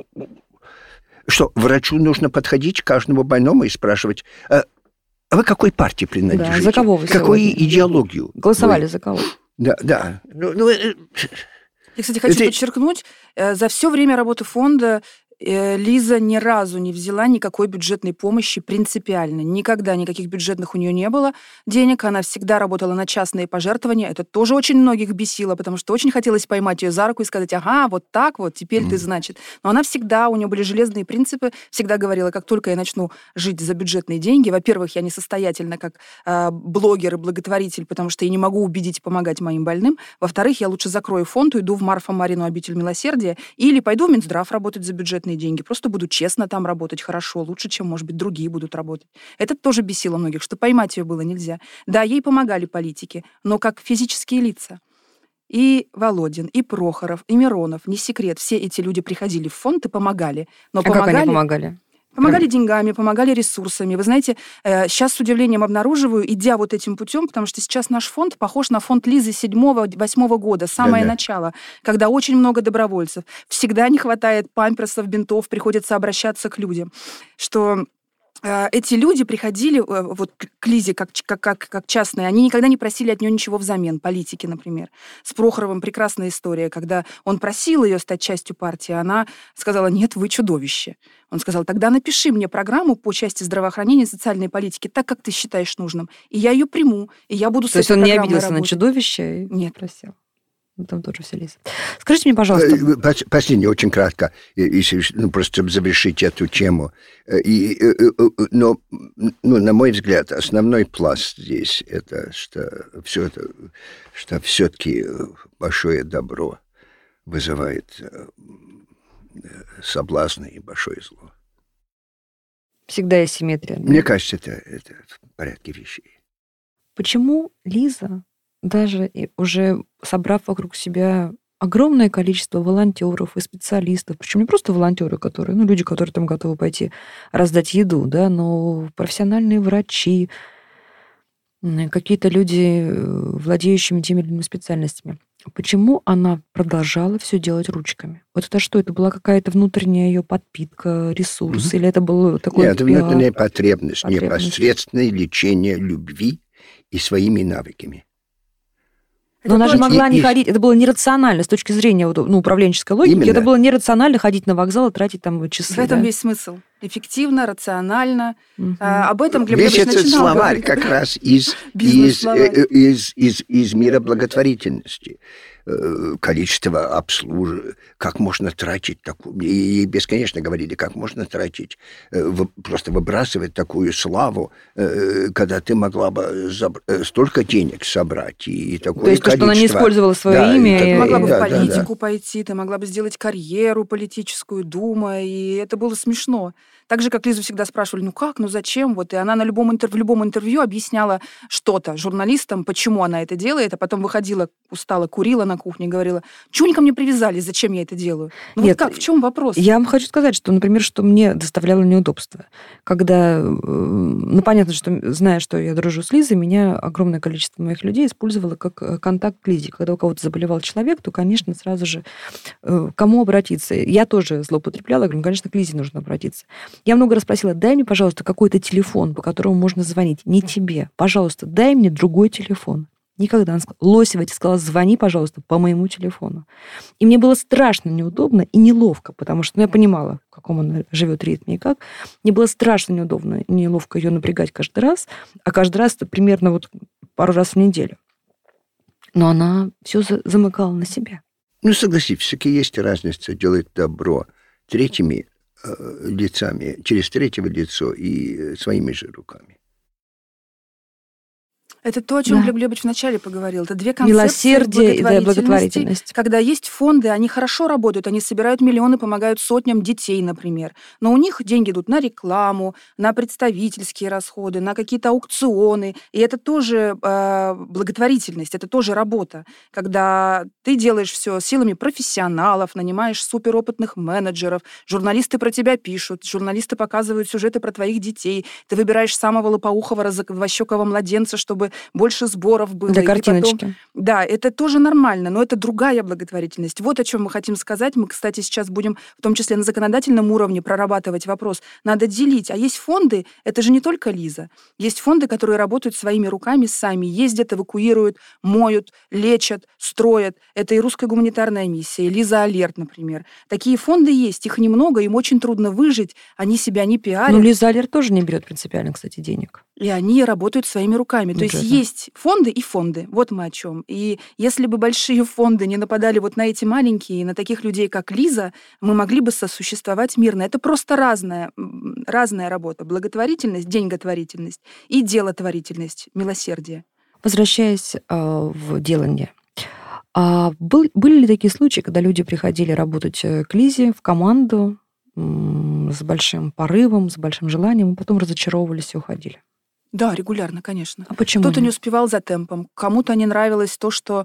что, врачу нужно подходить к каждому больному и спрашивать... А вы какой партии принадлежите? Да, за кого вы Какую сегодня идеологию? Голосовали за кого? Да. Я, кстати, хочу подчеркнуть, за все время работы фонда Лиза ни разу не взяла никакой бюджетной помощи принципиально. Никогда никаких бюджетных у нее не было денег. Она всегда работала на частные пожертвования. Это тоже очень многих бесило, потому что очень хотелось поймать ее за руку и сказать, ага, вот так вот, теперь ты, значит. Но она всегда, у нее были железные принципы, всегда говорила, как только я начну жить за бюджетные деньги, во-первых, я несостоятельна как блогер и благотворитель, потому что я не могу убедить и помогать моим больным. Во-вторых, я лучше закрою фонд, уйду в Марфа-Марину обитель милосердия или пойду в Минздрав работать за бюджетные деньги. Просто буду честно там работать хорошо, лучше, чем, может быть, другие будут работать. Это тоже бесило многих, что поймать ее было нельзя. Да, ей помогали политики, но как физические лица. И Володин, и Прохоров, и Миронов, не секрет, все эти люди приходили в фонд и помогали. Но как они помогали? Помогали деньгами, помогали ресурсами. Вы знаете, сейчас с удивлением обнаруживаю, идя вот этим путем, потому что сейчас наш фонд похож на фонд Лизы 7-8 года, самое начало, когда очень много добровольцев. Всегда не хватает памперсов, бинтов, приходится обращаться к людям. Что эти люди приходили вот к Лизе как частные, они никогда не просили от нее ничего взамен, политики, например. С Прохоровым прекрасная история, когда он просил ее стать частью партии, она сказала, нет, вы чудовище. Он сказал, тогда напиши мне программу по части здравоохранения и социальной политики, так, как ты считаешь нужным. И я ее приму, и я буду с этой программой работать. То есть он не обиделся на чудовище? Нет. Просил. Там тоже все Лиза. Скажите мне, пожалуйста... Последнее, очень кратко, если, просто чтобы завершить эту тему. Но, на мой взгляд, основной пласт здесь это, что все-таки большое добро вызывает соблазны и большое зло. Всегда есть симметрия. Мне кажется, это в порядке вещей. Почему Лиза, даже уже собрав вокруг себя огромное количество волонтеров и специалистов, причем не просто волонтеры, которые, люди, которые там готовы пойти раздать еду, да, но профессиональные врачи, какие-то люди, владеющими теми или иными специальностями. Почему она продолжала все делать ручками? Вот это что? Это была какая-то внутренняя ее подпитка, ресурс? Или это было такое... Нет, это внутренняя потребность, непосредственное лечение любви и своими навыками. Но она же могла не ходить, это было нерационально с точки зрения управленческой логики, Именно. Это было нерационально ходить на вокзал и тратить там часы. В этом весь смысл. эффективно, рационально. Об этом Глеб Весь Глебович этот начинал словарь говорить. как раз из мира благотворительности. Количество обслуживания, как можно тратить такую... И бесконечно говорили, как можно тратить, просто выбрасывать такую славу, когда ты могла бы столько денег собрать и такое количество... То есть то, что она не использовала свое имя. Ты могла бы в политику пойти, ты могла бы сделать карьеру политическую, Дума, и это было смешно. Так же, как Лизу всегда спрашивали, ну как, ну зачем? Вот, и она в любом интервью объясняла что-то журналистам, почему она это делает, а потом выходила, устала, курила на кухне и говорила, чего они ко мне привязались, зачем я это делаю? Ну нет, вот как, в чем вопрос? Я вам хочу сказать, что, например, что мне доставляло неудобства. Когда, ну понятно, что зная, что я дружу с Лизой, меня огромное количество моих людей использовало как контакт к Лизе. Когда у кого-то заболевал человек, то, конечно, сразу же к кому обратиться? Я тоже злоупотребляла, говорю, конечно, к Лизе нужно обратиться. Я много раз просила, дай мне, пожалуйста, какой-то телефон, по которому можно звонить. Не тебе. Пожалуйста, дай мне другой телефон. Никогда. Она сказала, Лосева тебе сказала, звони, пожалуйста, по моему телефону. И мне было страшно неудобно и неловко, потому что я понимала, в каком она живет ритме и как. Мне было страшно неудобно и неловко ее напрягать каждый раз, а каждый раз это примерно вот пару раз в неделю. Но она все замыкала на себя. Ну, согласись, все-таки есть разница делать добро третьими лицами, через третье лицо и своими же руками. Это то, о чем Глеб Глебович вначале поговорил. Это две концепции милосердие и благотворительность. Когда есть фонды, они хорошо работают, они собирают миллионы, помогают сотням детей, например. Но у них деньги идут на рекламу, на представительские расходы, на какие-то аукционы. И это тоже благотворительность, это тоже работа. Когда ты делаешь все силами профессионалов, нанимаешь суперопытных менеджеров, журналисты про тебя пишут, журналисты показывают сюжеты про твоих детей, ты выбираешь самого лопоухого, розовощекого младенца, чтобы больше сборов было. Для картиночки. Потом... Да, это тоже нормально, но это другая благотворительность. Вот о чем мы хотим сказать. Мы, кстати, сейчас будем, в том числе на законодательном уровне, прорабатывать вопрос. Надо делить. А есть фонды, это же не только Лиза. Есть фонды, которые работают своими руками сами, ездят, эвакуируют, моют, лечат, строят. Это и русская гуманитарная миссия, и Лиза Алерт, например. Такие фонды есть, их немного, им очень трудно выжить, они себя не пиарят. Но Лиза Алерт тоже не берет принципиально, кстати, денег. И они работают своими руками. То есть есть фонды и фонды. Вот мы о чем. И если бы большие фонды не нападали вот на эти маленькие, на таких людей, как Лиза, мы могли бы сосуществовать мирно. Это просто разная работа. Благотворительность, деньготворительность и делотворительность, милосердие. Возвращаясь в делание. Были ли такие случаи, когда люди приходили работать к Лизе в команду с большим порывом, с большим желанием, и потом разочаровывались и уходили? Да, регулярно, конечно. А почему? Кто-то не успевал за темпом, кому-то не нравилось то, что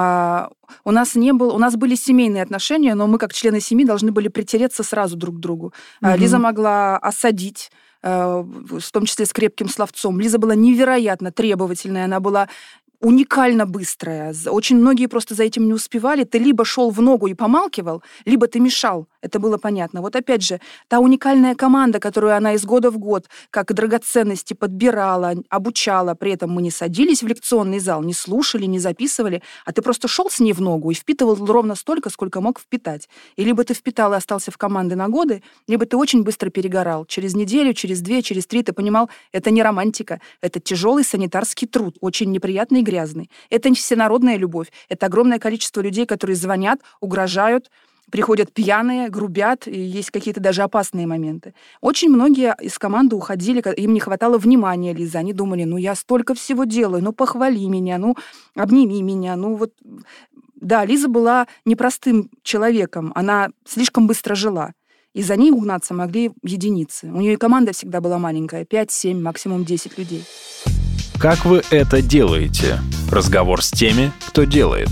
у нас были семейные отношения, но мы, как члены семьи, должны были притереться сразу друг к другу. Лиза могла осадить, в том числе с крепким словцом. Лиза была невероятно требовательная, она была уникально быстрая. Очень многие просто за этим не успевали. Ты либо шел в ногу и помалкивал, либо ты мешал. Это было понятно. Вот опять же, та уникальная команда, которую она из года в год как драгоценности подбирала, обучала. При этом мы не садились в лекционный зал, не слушали, не записывали, а ты просто шел с ней в ногу и впитывал ровно столько, сколько мог впитать. И либо ты впитал и остался в команде на годы, либо ты очень быстро перегорал. Через неделю, через 2, через 3 ты понимал, это не романтика, это тяжелый санитарский труд, очень неприятный и грязный. Это не всенародная любовь. Это огромное количество людей, которые звонят, угрожают, приходят пьяные, грубят, и есть какие-то даже опасные моменты. Очень многие из команды уходили, им не хватало внимания Лизы. Они думали, я столько всего делаю, похвали меня, обними меня, вот... Да, Лиза была непростым человеком, она слишком быстро жила. И за ней угнаться могли единицы. У нее и команда всегда была маленькая, 5, 7, максимум 10 людей. Как вы это делаете? Разговор с теми, кто делает.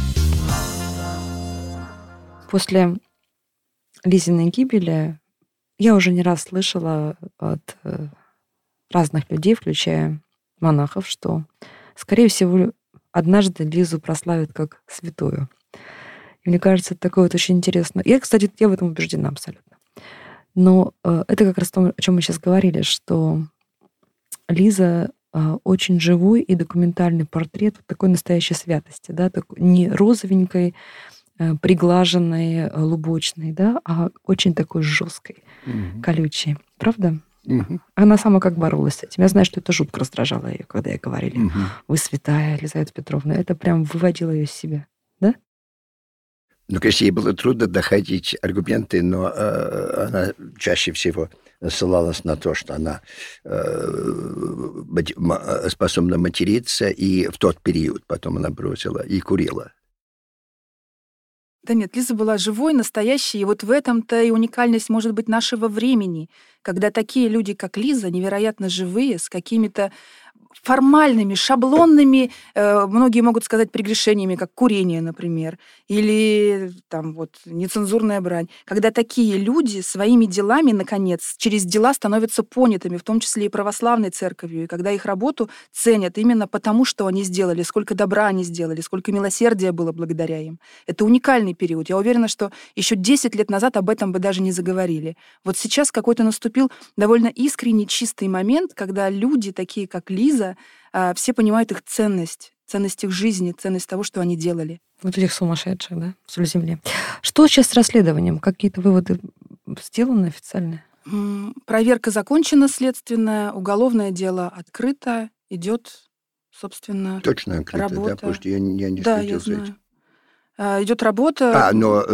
После Лизиной гибели я уже не раз слышала от разных людей, включая монахов, что, скорее всего, однажды Лизу прославят как святую. И мне кажется, это такое вот очень интересно. Я, кстати, в этом убеждена абсолютно. Но это как раз то, о чем мы сейчас говорили, что Лиза очень живой и документальный портрет вот такой настоящей святости, да, такой не розовенькой, приглаженной, лубочной, да, а очень такой жесткой, колючей. Правда? Она сама как боролась с этим. Я знаю, что это жутко раздражало ее, когда ей говорили: «Вы святая, Елизавета Петровна». Это прям выводило ее из себя, да? Ну, конечно, ей было трудно доходить аргументы, но она чаще всего ссылалась на то, что она способна материться, и в тот период потом она бросила и курила. Да нет, Лиза была живой, настоящей, и вот в этом-то и уникальность, может быть, нашего времени, когда такие люди, как Лиза, невероятно живые, с какими-то формальными, шаблонными, многие могут сказать, прегрешениями, как курение, например, или там вот нецензурная брань. Когда такие люди своими делами, наконец, через дела становятся понятыми, в том числе и православной церковью, и когда их работу ценят именно потому, что они сделали, сколько добра они сделали, сколько милосердия было благодаря им. Это уникальный период. Я уверена, что еще 10 лет назад об этом бы даже не заговорили. Вот сейчас какой-то наступил довольно искренний, чистый момент, когда люди, такие как Лиза, все понимают их ценность их жизни, ценность того, что они делали. Вот этих сумасшедших, да, соль земли. Что сейчас с расследованием? Какие-то выводы сделаны официальные? Проверка закончена, следственная, уголовное дело открыто, идет, собственно, точно открыто, работа. Да, потому что я не да, следил я за этим. знаю. Идет работа. Но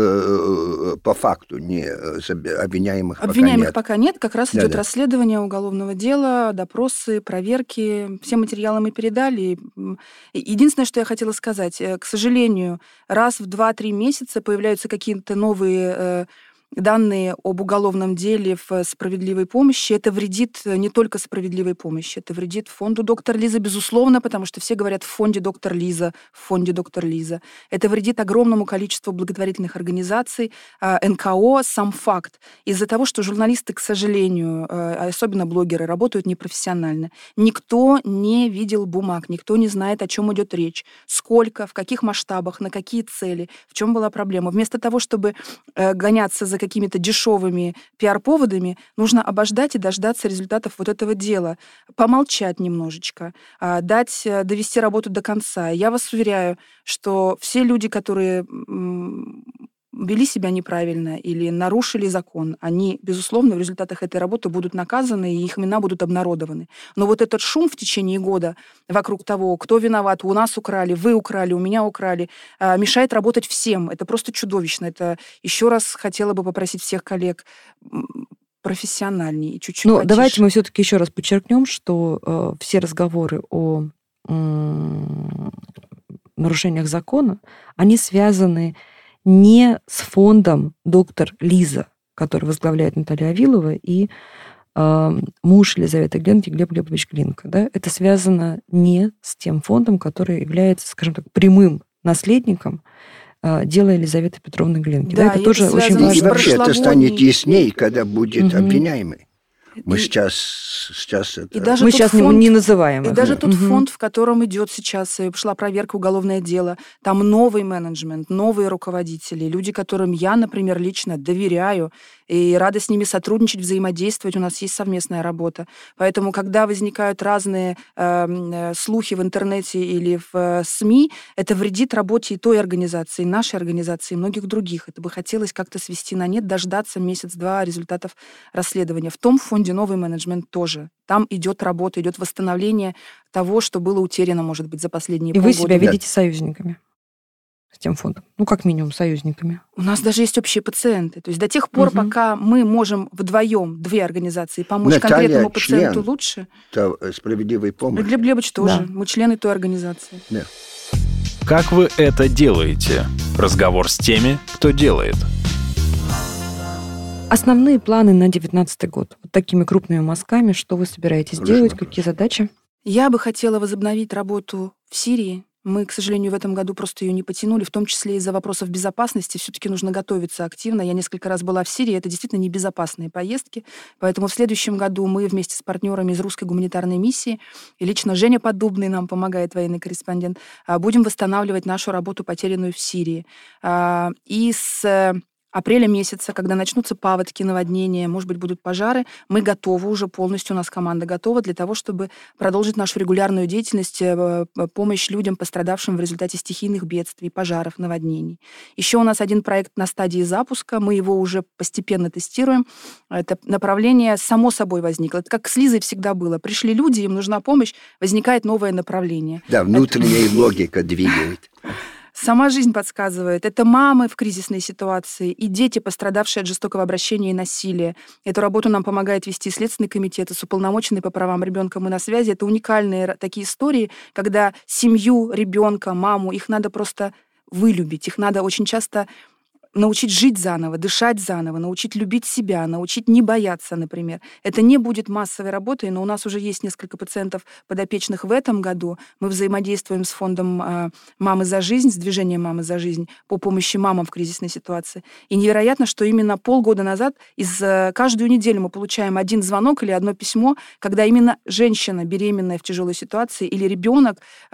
по факту не обвиняемых пока нет. Как раз идет расследование уголовного дела, допросы, проверки. Все материалы мы передали. Единственное, что я хотела сказать, к сожалению, раз в 2-3 месяца появляются какие-то новые данные об уголовном деле в справедливой помощи. Это вредит не только справедливой помощи, это вредит фонду «Доктор Лиза», безусловно, потому что все говорят в фонде «Доктор Лиза», в фонде «Доктор Лиза». Это вредит огромному количеству благотворительных организаций, НКО, сам факт. Из-за того, что журналисты, к сожалению, особенно блогеры, работают непрофессионально. Никто не видел бумаг, никто не знает, о чем идет речь, сколько, в каких масштабах, на какие цели, в чем была проблема. Вместо того, чтобы гоняться за какими-то дешевыми пиар-поводами, нужно обождать и дождаться результатов вот этого дела, помолчать немножечко, довести работу до конца. Я вас уверяю, что все люди, которые вели себя неправильно или нарушили закон, они, безусловно, в результатах этой работы будут наказаны, и их имена будут обнародованы. Но вот этот шум в течение года вокруг того, кто виноват, у нас украли, вы украли, у меня украли, мешает работать всем. Это просто чудовищно. Это еще раз хотела бы попросить всех коллег профессиональнее и чуть-чуть потише. Давайте мы все-таки еще раз подчеркнем, что все разговоры о нарушениях закона, они связаны не с фондом «Доктор Лиза», который возглавляет Наталья Авилова, и муж Елизаветы Глинки Глеб Глебович Глинка. Да? Это связано не с тем фондом, который является, скажем так, прямым наследником дела Елизаветы Петровны Глинки. Да, это тоже очень важно. И вообще это станет яснее, когда будет обвиняемый. Мы сейчас это... Мы сейчас не называем. И даже тот фонд, в котором идет сейчас, шла проверка, уголовное дело, там новый менеджмент, новые руководители, люди, которым я, например, лично доверяю и рада с ними сотрудничать, взаимодействовать. У нас есть совместная работа. Поэтому, когда возникают разные слухи в интернете или в СМИ, это вредит работе и той организации, и нашей организации, и многих других. Это бы хотелось как-то свести на нет, дождаться месяц-два результатов расследования. В том фонде новый менеджмент тоже. Там идет работа, идет восстановление того, что было утеряно, может быть, за последние полгода. И вы себя видите союзниками с тем фондом? Ну, как минимум, союзниками. У нас даже есть общие пациенты. То есть до тех пор, пока мы можем вдвоем, две организации, помочь конкретному пациенту лучше. Справедливой помощи. Глеб Глебович тоже. Да. Мы члены той организации. Да. Как вы это делаете? Разговор с теми, кто делает. Основные планы на 2019 год. Вот такими крупными мазками, что вы собираетесь делать, какие задачи? Я бы хотела возобновить работу в Сирии. Мы, к сожалению, в этом году просто ее не потянули, в том числе из-за вопросов безопасности. Все-таки нужно готовиться активно. Я несколько раз была в Сирии, это действительно небезопасные поездки. Поэтому в следующем году мы вместе с партнерами из русской гуманитарной миссии, и лично Женя Поддубный нам помогает, военный корреспондент, будем восстанавливать нашу работу, потерянную в Сирии. И с апреля месяца, когда начнутся паводки, наводнения, может быть, будут пожары, мы готовы уже полностью, у нас команда готова для того, чтобы продолжить нашу регулярную деятельность, помощь людям, пострадавшим в результате стихийных бедствий, пожаров, наводнений. Еще у нас один проект на стадии запуска, мы его уже постепенно тестируем. Это направление само собой возникло. Это как с Лизой всегда было. Пришли люди, им нужна помощь, возникает новое направление. Да, внутренняя логика двигает. Сама жизнь подсказывает. Это мамы в кризисной ситуации и дети, пострадавшие от жестокого обращения и насилия. Эту работу нам помогает вести Следственный комитет с уполномоченной по правам ребенка. Мы на связи. Это уникальные такие истории, когда семью, ребенка, маму, их надо просто вылюбить. Их надо очень часто научить жить заново, дышать заново, научить любить себя, научить не бояться, например. Это не будет массовой работой, но у нас уже есть несколько пациентов подопечных в этом году. Мы взаимодействуем с фондом «Мамы за жизнь», с движением «Мамы за жизнь» по помощи мамам в кризисной ситуации. И невероятно, что именно полгода назад каждую неделю мы получаем один звонок или одно письмо, когда именно женщина, беременная в тяжелой ситуации, или ребенок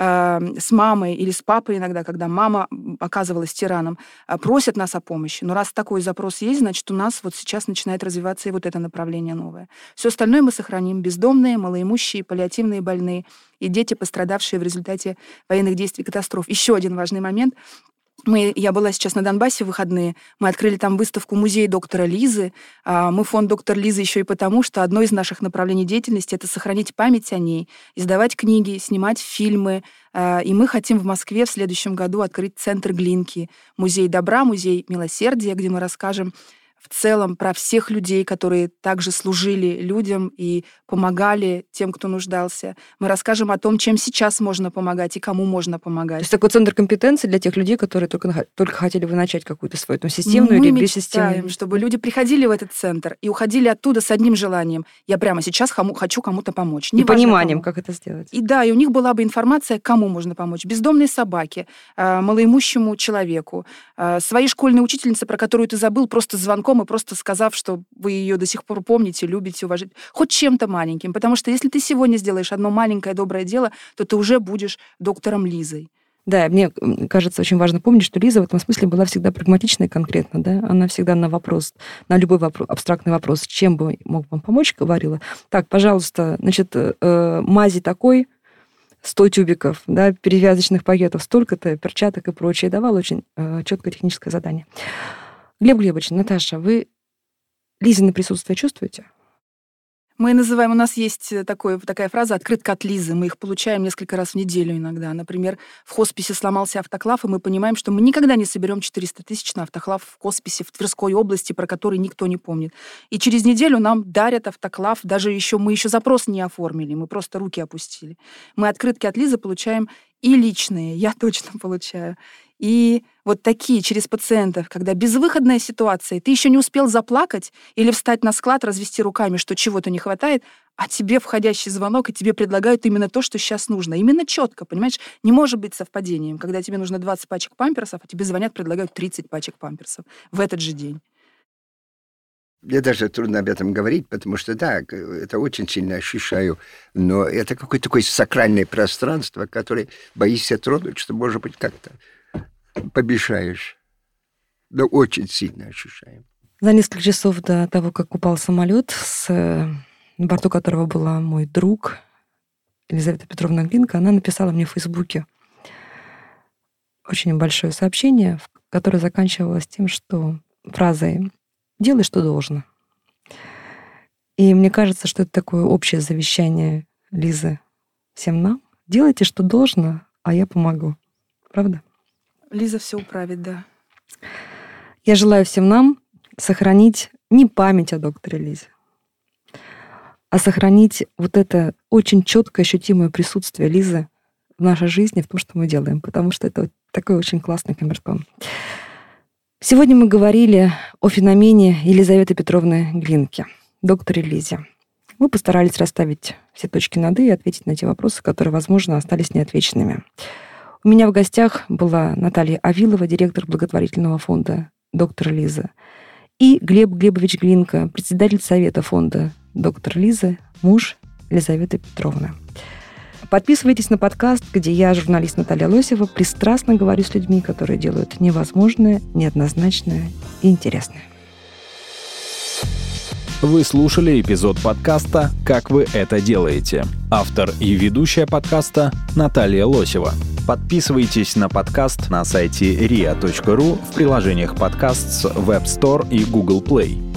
с мамой или с папой иногда, когда мама оказывалась тираном, просят нас о помощи. Но раз такой запрос есть, значит, у нас вот сейчас начинает развиваться и вот это направление новое. Все остальное мы сохраним. Бездомные, малоимущие, паллиативные больные и дети, пострадавшие в результате военных действий, катастроф. Еще один важный момент. Я была сейчас на Донбассе в выходные, мы открыли там выставку «Музей доктора Лизы». Мы фонд «Доктор Лизы» еще и потому, что одно из наших направлений деятельности — это сохранить память о ней, издавать книги, снимать фильмы. И мы хотим в Москве в следующем году открыть центр Глинки, музей добра, музей милосердия, где мы расскажем в целом про всех людей, которые также служили людям и помогали тем, кто нуждался. Мы расскажем о том, чем сейчас можно помогать и кому можно помогать. То есть такой центр компетенции для тех людей, которые только хотели бы начать какую-то свою системную или бессистемную. Мы мечтаем, чтобы люди приходили в этот центр и уходили оттуда с одним желанием. Я прямо сейчас хочу кому-то помочь. И пониманием, как это сделать. И да, и у них была бы информация, кому можно помочь. Бездомной собаке, малоимущему человеку, своей школьной учительнице, про которую ты забыл, просто звонком и просто сказав, что вы ее до сих пор помните, любите, уважаете. Хоть чем-то маленьким. Потому что если ты сегодня сделаешь одно маленькое доброе дело, то ты уже будешь доктором Лизой. Да, мне кажется, очень важно помнить, что Лиза в этом смысле была всегда прагматична и конкретна. Да? Она всегда на любой абстрактный вопрос, чем бы мог вам помочь, говорила: так, пожалуйста, значит, мази такой, 100 тюбиков, да, перевязочных пакетов, столько-то, перчаток и прочее. Давала очень четкое техническое задание. Глеб Глебович, Наташа, вы Лизино присутствие чувствуете? Мы называем, у нас есть такая фраза «открытка от Лизы». Мы их получаем несколько раз в неделю иногда. Например, в хосписе сломался автоклав, и мы понимаем, что мы никогда не соберем 400 тысяч на автоклав в хосписе в Тверской области, про который никто не помнит. И через неделю нам дарят автоклав, даже мы еще запрос не оформили, мы просто руки опустили. Мы открытки от Лизы получаем и личные, я точно получаю. И вот такие через пациентов, когда безвыходная ситуация, ты еще не успел заплакать или встать на склад, развести руками, что чего-то не хватает, а тебе входящий звонок, и тебе предлагают именно то, что сейчас нужно. Именно четко, понимаешь? Не может быть совпадением, когда тебе нужно 20 пачек памперсов, а тебе звонят, предлагают 30 пачек памперсов в этот же день. Мне даже трудно об этом говорить, потому что, да, это очень сильно ощущаю, но это какое-то такое сакральное пространство, которое боишься тронуть, что, может быть, как-то побежаешь. Но очень сильно ощущаем. За несколько часов до того, как упал самолет, на борту которого была мой друг Елизавета Петровна Глинка, она написала мне в Фейсбуке очень большое сообщение, которое заканчивалось тем, что фразой «делай, что должно». И мне кажется, что это такое общее завещание Лизы всем нам. Делайте, что должно, а я помогу. Правда? Лиза все управит, да. Я желаю всем нам сохранить не память о докторе Лизе, а сохранить вот это очень четкое, ощутимое присутствие Лизы в нашей жизни, в том, что мы делаем, потому что это такой очень классный камертон. Сегодня мы говорили о феномене Елизаветы Петровны Глинки, докторе Лизе. Мы постарались расставить все точки над «и» и ответить на те вопросы, которые, возможно, остались неотвеченными. У меня в гостях была Наталья Авилова, директор благотворительного фонда «Доктор Лиза», и Глеб Глебович Глинка, председатель совета фонда «Доктор Лиза», муж Елизаветы Петровны. Подписывайтесь на подкаст, где я, журналист Наталья Лосева, пристрастно говорю с людьми, которые делают невозможное, неоднозначное и интересное. Вы слушали эпизод подкаста «Как вы это делаете». Автор и ведущая подкаста Наталья Лосева. Подписывайтесь на подкаст на сайте ria.ru, в приложениях подкастс в App Store и Google Play.